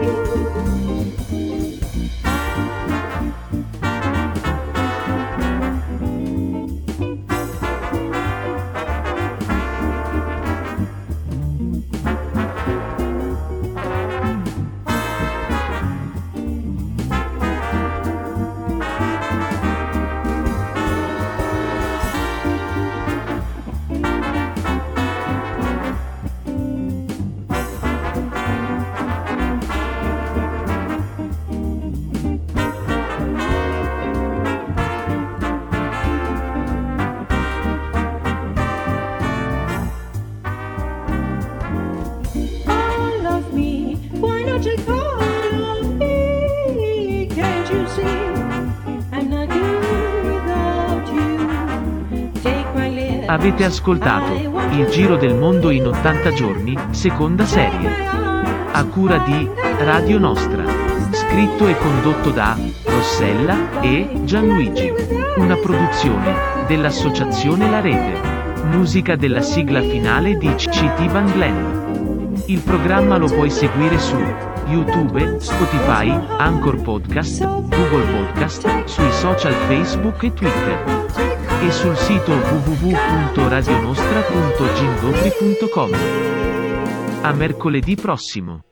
All of me, why not take all of me? Can't you see I'm not good without you? Take my lips, Avete ascoltato Il Giro del Mondo in ottanta giorni, seconda serie, a cura di Radio Nostra, scritto e condotto da Rossella e Gianluigi, una produzione dell'associazione La Rete, musica della sigla finale di City Band Glen. Il programma lo puoi seguire su YouTube, Spotify, Anchor Podcast, Google Podcast, sui social Facebook e Twitter e sul sito w w w punto radionostra punto gindopri punto com. A mercoledì prossimo.